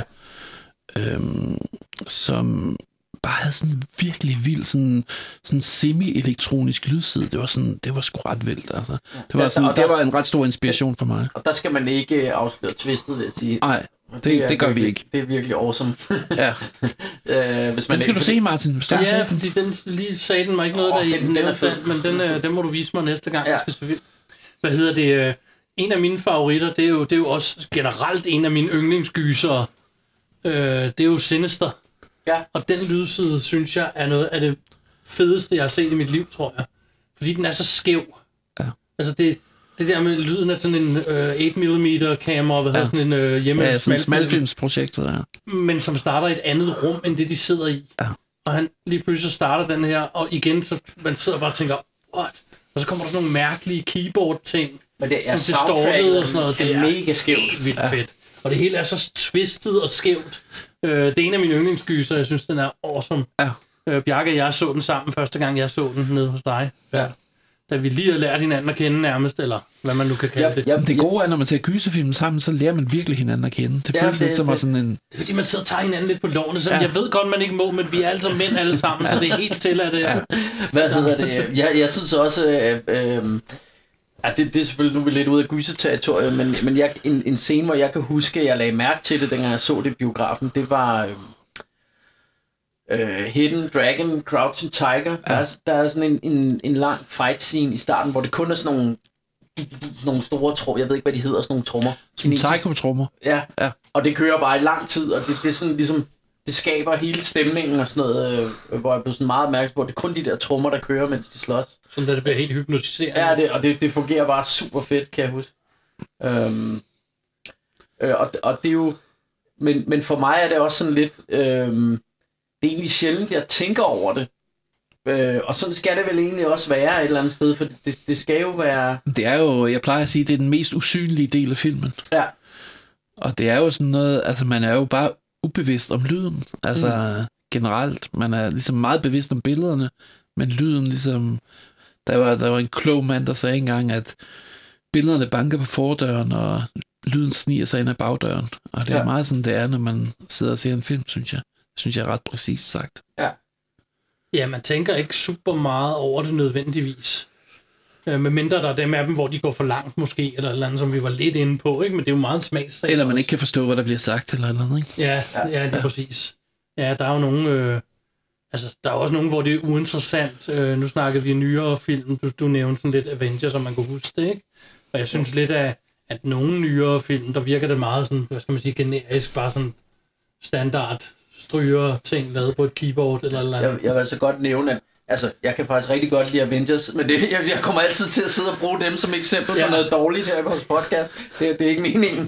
som bare havde sådan virkelig vild, sådan semi-elektronisk lydside. Det var sgu ret vildt, altså. Det var en ret stor inspiration for mig. Og der skal man ikke afsløre twistet, vil jeg sige. Nej, det gør vi ikke. Det er virkelig awesome. Ja. Hvis man den skal du se, Martin. Fordi den lige sagde den mig ikke noget, men den må du vise mig næste gang. Ja. Hvad hedder det? En af mine favoritter, det er jo også generelt en af mine yndlingsgysere. Det er jo Sinister. Ja. Og den lydside, synes jeg, er noget af det fedeste, jeg har set i mit liv, tror jeg. Fordi den er så skæv. Ja. Altså det der med lyden af sådan en 8mm kamera, sådan en hjemme smalfilmsprojekt der. Men som starter i et andet rum, end det de sidder i. Ja. Og han lige pludselig starter den her, og igen, så man sidder bare og tænker, what? Og så kommer der sådan nogle mærkelige keyboard-ting. Men det er soundtracket og sådan noget. Det er mega skævt. Vildt fedt. Og det hele er så twistet og skævt. Det er en af mine yndlingsgyser, jeg synes, den er awesome. Ja. Bjarke og jeg så den sammen første gang, jeg så den nede hos dig. Ja. Da vi lige har lært hinanden at kende nærmest, eller hvad man nu kan kalde det. Jamen, det gode er, når man ser gyserfilm sammen, så lærer man virkelig hinanden at kende. Det føles lidt som sådan en... Det er fordi, man sidder og tager hinanden lidt på lovene, så jeg ved godt, man ikke må, men vi er altså mænd alle sammen, så det er helt til, at det... Hvad hedder det? Jeg synes også... Ja, det er selvfølgelig, nu er vi lidt ude af gyserterritoriet, men en scene, hvor jeg kan huske, at jeg lagde mærke til det, dengang jeg så det i biografen, det var Hidden Dragon, Crouching Tiger. Ja. Der er sådan en lang fight scene i starten, hvor det kun er sådan nogle store trommer, jeg ved ikke, hvad de hedder, sådan nogle trommer. Som taiko-trommer. Ja, og det kører bare i lang tid, og det er sådan ligesom, det skaber hele stemningen og sådan noget, hvor jeg blev sådan meget opmærksom på, at det er kun de der trommer, der kører, mens de slås. Sådan der det bliver helt hypnotiserende. Ja, det fungerer bare super fedt, kan jeg huske. Og det er jo, men for mig er det også sådan lidt, det er egentlig sjældent, jeg tænker over det. Og sådan skal det vel egentlig også være et eller andet sted, for det skal jo være... Det er jo, jeg plejer at sige, det er den mest usynlige del af filmen. Ja. Og det er jo sådan noget, altså man er jo bare ubevidst om lyden. Altså generelt, man er ligesom meget bevidst om billederne, men lyden ligesom... Der var en klog mand, der sagde engang, at billederne banker på fordøren, og lyden sniger sig ind ad bagdøren. Og det er meget sådan, det er, når man sidder og ser en film, synes jeg. Det synes jeg er ret præcist sagt. Ja. Ja, man tænker ikke super meget over det nødvendigvis. Medmindre der er dem af dem, hvor de går for langt måske, eller et eller andet, som vi var lidt inde på, ikke? Men det er jo meget en smagssag. Eller man ikke kan forstå, hvad der bliver sagt, eller noget, ikke? Ja, det er præcis. Ja, der er jo nogle... der er også nogle, hvor det er uinteressant. Nu snakker vi nyere film. Du nævnte sådan lidt Avengers, som man kunne huske det, ikke? Og jeg synes lidt, at nogle nyere film, der virker det meget sådan, hvad skal man sige, generisk, bare sådan standard stryger ting lavet på et keyboard eller andet. Jeg vil altså godt nævne, at altså, jeg kan faktisk rigtig godt lide Avengers, men jeg kommer altid til at sidde og bruge dem som eksempel på noget dårligt her i vores podcast. Det er ikke meningen.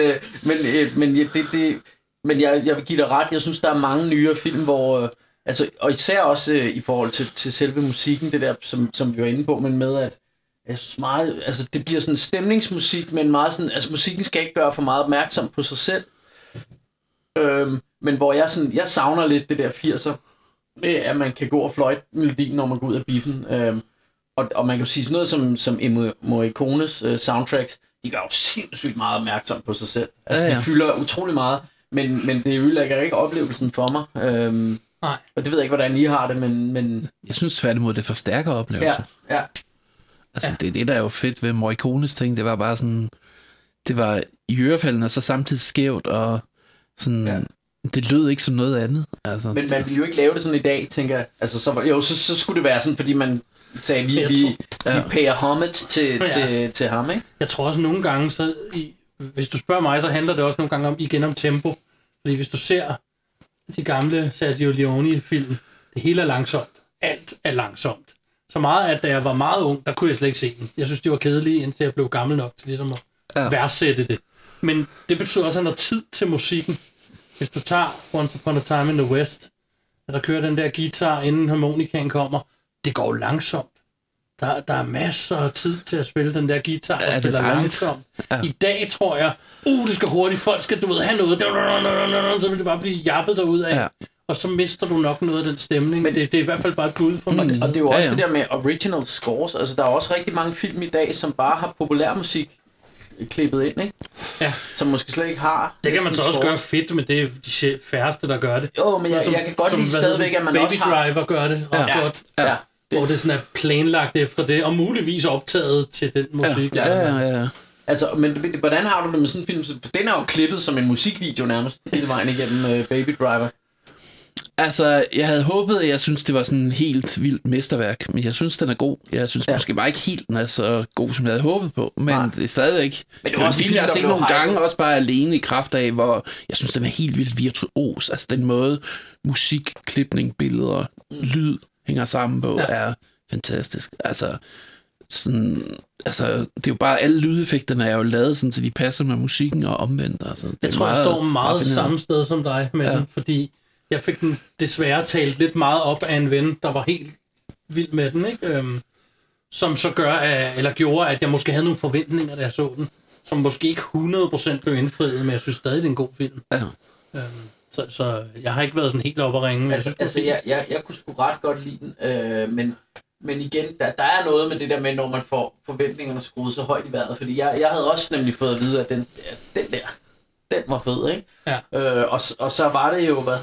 Men jeg vil give dig ret. Jeg synes, der er mange nyere film, hvor... og især også i forhold til selve musikken, det der, som vi var inde på, men med, at jeg synes meget, altså, det bliver sådan stemningsmusik, men meget sådan... Altså, musikken skal ikke gøre for meget opmærksom på sig selv. Men hvor jeg savner lidt det der 80'er, med at man kan gå og fløjte melodien, når man går ud af biffen. Og man kan jo sige sådan noget som Morricones soundtracks, de gør jo sindssygt meget opmærksom på sig selv. Altså, de fylder utrolig meget, men det ødelægger ikke oplevelsen for mig. Nej. Og det ved jeg ikke, hvordan I har det, men... Jeg synes tværtimod, det forstærker oplevelsen. Ja. Altså, det der er jo fedt ved Morricones ting, det var bare sådan... Det var i ørefaldene, og så samtidig skævt, og sådan... Ja. Det lød ikke som noget andet. Altså, men man ville jo ikke lave det sådan i dag, tænker jeg. Altså, så skulle det være sådan, fordi man sagde, vi payer homage til ham, ikke? Jeg tror også nogle gange, hvis du spørger mig, så handler det også nogle gange om tempo. Fordi hvis du ser de gamle Sergio Leone-film, det hele er langsomt. Alt er langsomt. Så meget, at da jeg var meget ung, der kunne jeg slet ikke se den. Jeg synes, de var kedelige, indtil jeg blev gammel nok til ligesom at værdsætte det. Men det betyder også, at der er tid til musikken. Hvis du tager Once Upon a Time in the West, og der kører den der guitar, inden harmonikaen kommer, det går langsomt. Der er masser af tid til at spille den der guitar, og spiller langsomt. Ja. I dag tror jeg, det skal hurtigt, folk skal, have noget, så vil det bare blive jappet derud af. Ja. Og så mister du nok noget af den stemning. Men det er i hvert fald bare et bud for mig. Og det er jo også det der med original scores. Altså, der er også rigtig mange film i dag, som bare har populærmusik klippet ind, ikke? Ja. Som måske slet ikke har. Det kan man så også gøre fedt, men det er de færreste, der gør det. Jo, men jeg kan godt lide stadigvæk, at man Baby også har... Driver gør det ret godt. Ja. Hvor det sådan er planlagt efter det, og muligvis optaget til den musik. Ja. Altså, men hvordan har du det med sådan en film? For den er jo klippet som en musikvideo nærmest, hele vejen igennem Baby Driver. Altså, jeg havde håbet, at jeg synes, det var sådan en helt vildt mesterværk, men jeg synes, den er god. Jeg synes måske bare ikke helt, den er så god, som jeg havde håbet på, men det er stadigvæk... Men det var også en film, jeg har set nogle gange, også bare alene i kraft af, hvor jeg synes, den er helt vildt virtuos. Altså, den måde musik, klipning, billeder, lyd hænger sammen på, er fantastisk. Altså, det er jo bare, alle lydeffekterne er jo lavet sådan, så de passer med musikken og omvendt. Altså, jeg tror, jeg står meget samme sted som dig med den, fordi jeg fik den desværre talt lidt meget op af en ven, der var helt vild med den, ikke? Som så gjorde, at jeg måske havde nogle forventninger, da jeg så den, som måske ikke 100% blev indfriet, men jeg synes stadig, det er en god film. Ja. Så jeg har ikke været sådan helt oppe at ringe. Jeg kunne sgu ret godt lide den, men igen, der er noget med det der med, når man får forventningerne skruet så højt i vejret, fordi jeg havde også nemlig fået at vide, at den der, den var fed, ikke? Ja. Og så var det jo,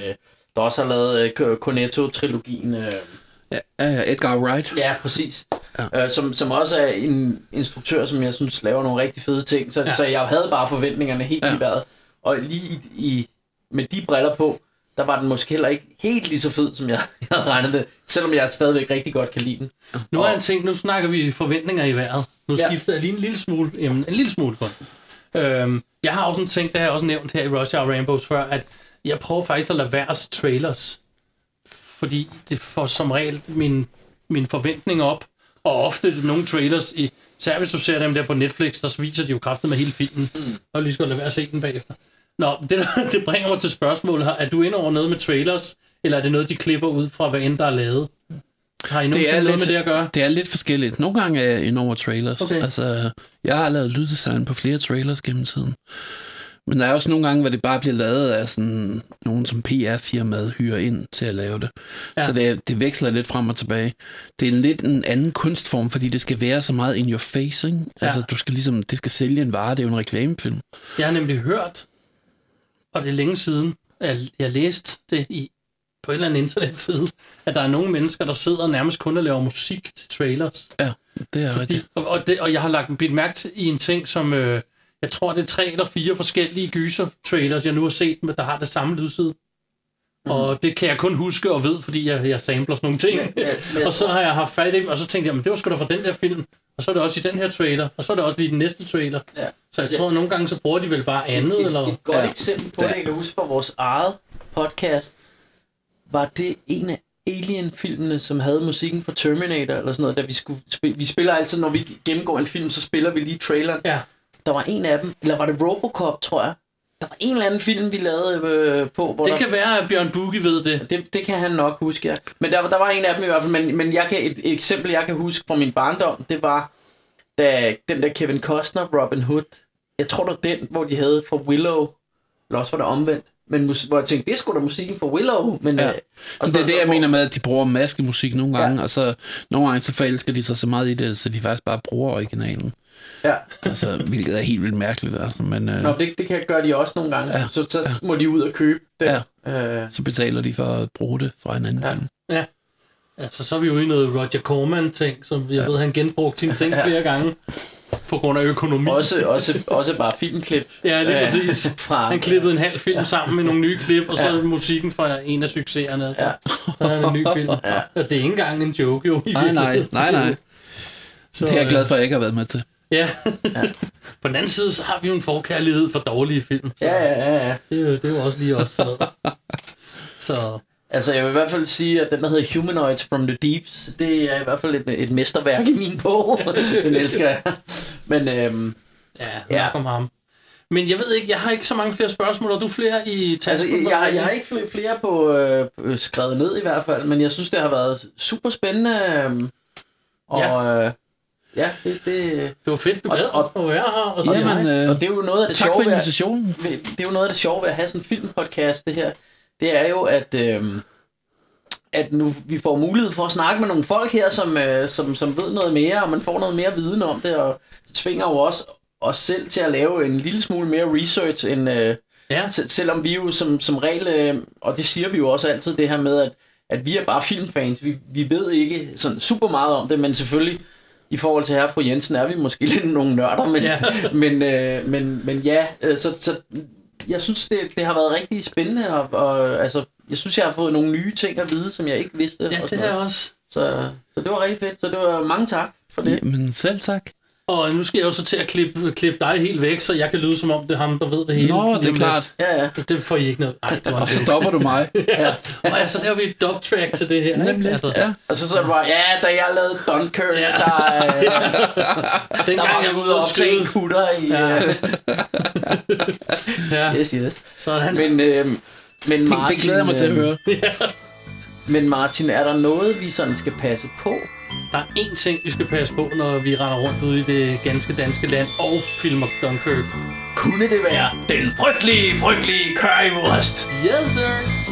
der også har lavet Cornetto-trilogien. Edgar Wright. Ja, præcis. som også er en instruktør, som jeg synes laver nogle rigtig fede ting. Så jeg havde bare forventningerne helt i vejret. Og lige med de briller på, der var den måske heller ikke helt lige så fed, som jeg havde regnet med, selvom jeg stadigvæk rigtig godt kan lide den. Nu er en ting, nu snakker vi forventninger i vejret. Nu skifter jeg lige en lille smule på den. Jeg har også en ting, det har jeg også nævnt her i Rush Hour Rambos før, at jeg prøver faktisk at lade være at se trailers. Fordi det får som regel mine forventninger op. Og ofte nogle trailers, især hvis du ser dem der på Netflix, der viser de jo kraften med hele filmen. Og lige skal lade være at se den bagefter. Nå, det bringer mig til spørgsmålet her. Er du inde over noget med trailers, eller er det noget, de klipper ud fra, hvad end der er lavet? Har I nogensinde noget med det at gøre? Det er lidt forskelligt. Nogle gange er jeg inde over trailers. Okay. Altså, jeg har lavet lyddesign på flere trailers gennem tiden. Men der er også nogle gange, hvor det bare bliver lavet af sådan nogen, som PR-firmaet hyrer ind til at lave det. Ja. Så det veksler lidt frem og tilbage. Det er lidt en anden kunstform, fordi det skal være så meget in your face, ikke? Ja. Altså, du skal det skal sælge en vare, det er jo en reklamefilm. Jeg har nemlig hørt, og det er længe siden, at jeg læste det på en eller anden internetside, at der er nogle mennesker, der sidder nærmest kun og laver musik til trailers. Ja, det er rigtigt. Og jeg har lagt en mærke til i en ting, som jeg tror, det er 3 eller 4 forskellige gyser-trailers, jeg nu har set, men der har det samme lydside. Og det kan jeg kun huske og ved, fordi jeg sampler sådan nogle ting. Og så har jeg haft fat i dem, og så tænkte jeg, men det var sgu da fra den der film. Og så er det også i den her trailer, og så er det også lige den næste trailer. Ja. Så jeg tror, at nogle gange så bruger de vel bare andet. Et godt eksempel på det, jeg kan huske fra vores eget podcast, var det en af Alien-filmene, som havde musikken fra Terminator, eller sådan noget, da vi spiller altid, når vi gennemgår en film, så spiller vi lige traileren. Ja. Der var en af dem, eller var det Robocop, tror jeg. Der var en eller anden film, vi lavede på. Hvor det kan være, at Bjørn Bugge ved det. Det kan han nok huske, ja. Men der var en af dem i hvert fald. Men et eksempel, jeg kan huske fra min barndom, det var, da den der Kevin Costner, Robin Hood, jeg tror, det var den, hvor de havde for Willow, eller også var det omvendt. Men hvor jeg tænkte, det er sgu da musikken for Willow. Men, ja. Det er det, jeg mener med, at de bruger maskemusik nogle gange, og så nogle gange så forelsker de sig så meget i det, så de faktisk bare bruger originalen. Ja. Altså, hvilket er helt vildt mærkeligt. Altså, men, det kan gøre de også nogle gange. Ja. Så må de ud og købe det. Ja. Så betaler de for at bruge det fra en anden film. Ja. Altså, så er vi ude i noget Roger Corman-ting, som jeg ved, han genbrugte sine ting flere gange. På grund af økonomi. Også bare filmklip. Ja, det er præcis. Han klippede en halv film sammen med nogle nye klip, og så er musikken fra en af succeserne. Altså. Så er en ny film. Og det er ikke engang en joke, jo. Nej. Så, det er jeg glad for, at jeg ikke har været med til. Ja. På den anden side, så har vi jo en forkærlighed for dårlige film. Så ja. Det er jo også lige os. Så... Altså, jeg vil i hvert fald sige, at den, der hedder Humanoids from the Deeps, det er i hvert fald et mesterværk i min bog. Den elsker jeg. Men, ja, kom ham. Men jeg ved ikke, jeg har ikke så mange flere spørgsmål, og du flere i tasken? Altså, jeg har ikke flere på skrevet ned i hvert fald, men jeg synes, det har været super spændende. Ja, det var fedt, du gad at være her. Og det er jo noget af det tak sjove for invitationen. Det er jo noget af det sjove ved at have sådan en filmpodcast, det her. Det er jo, at nu vi får mulighed for at snakke med nogle folk her, som ved noget mere, og man får noget mere viden om det, og det tvinger jo også os selv til at lave en lille smule mere research, end, selvom vi jo som regel, og det siger vi jo også altid, det her med, at vi er bare filmfans. Vi ved ikke sådan super meget om det, men selvfølgelig i forhold til herre fru Jensen er vi måske lidt nogle nørder, men så jeg synes, det har været rigtig spændende, og altså, jeg synes, jeg har fået nogle nye ting at vide, som jeg ikke vidste. Ja, det har jeg også. Så det var rigtig fedt, så det var mange tak for det. Jamen, selv tak. Og nu skal jeg jo så til at klippe dig helt væk, så jeg kan lyde som om det er ham, der ved det hele. Nå, det er klart. Ja. Det får I ikke noget. Og så dopper du mig. Ja. Og altså, der har vi et dub-track til det her. Nemlig, altså. Ja. Og så bare, da jeg lavede Dunkirk, der var jeg ude og optage en kutter i... Yes. Sådan. Men Martin... Det glæder jeg mig til at høre. Men Martin, er der noget, vi sådan skal passe på? Der er én ting, vi skal passe på, når vi render rundt ude i det ganske danske land og filmer Dunkirk. Kunne det være den frygtelige currywurst? Yes, sir!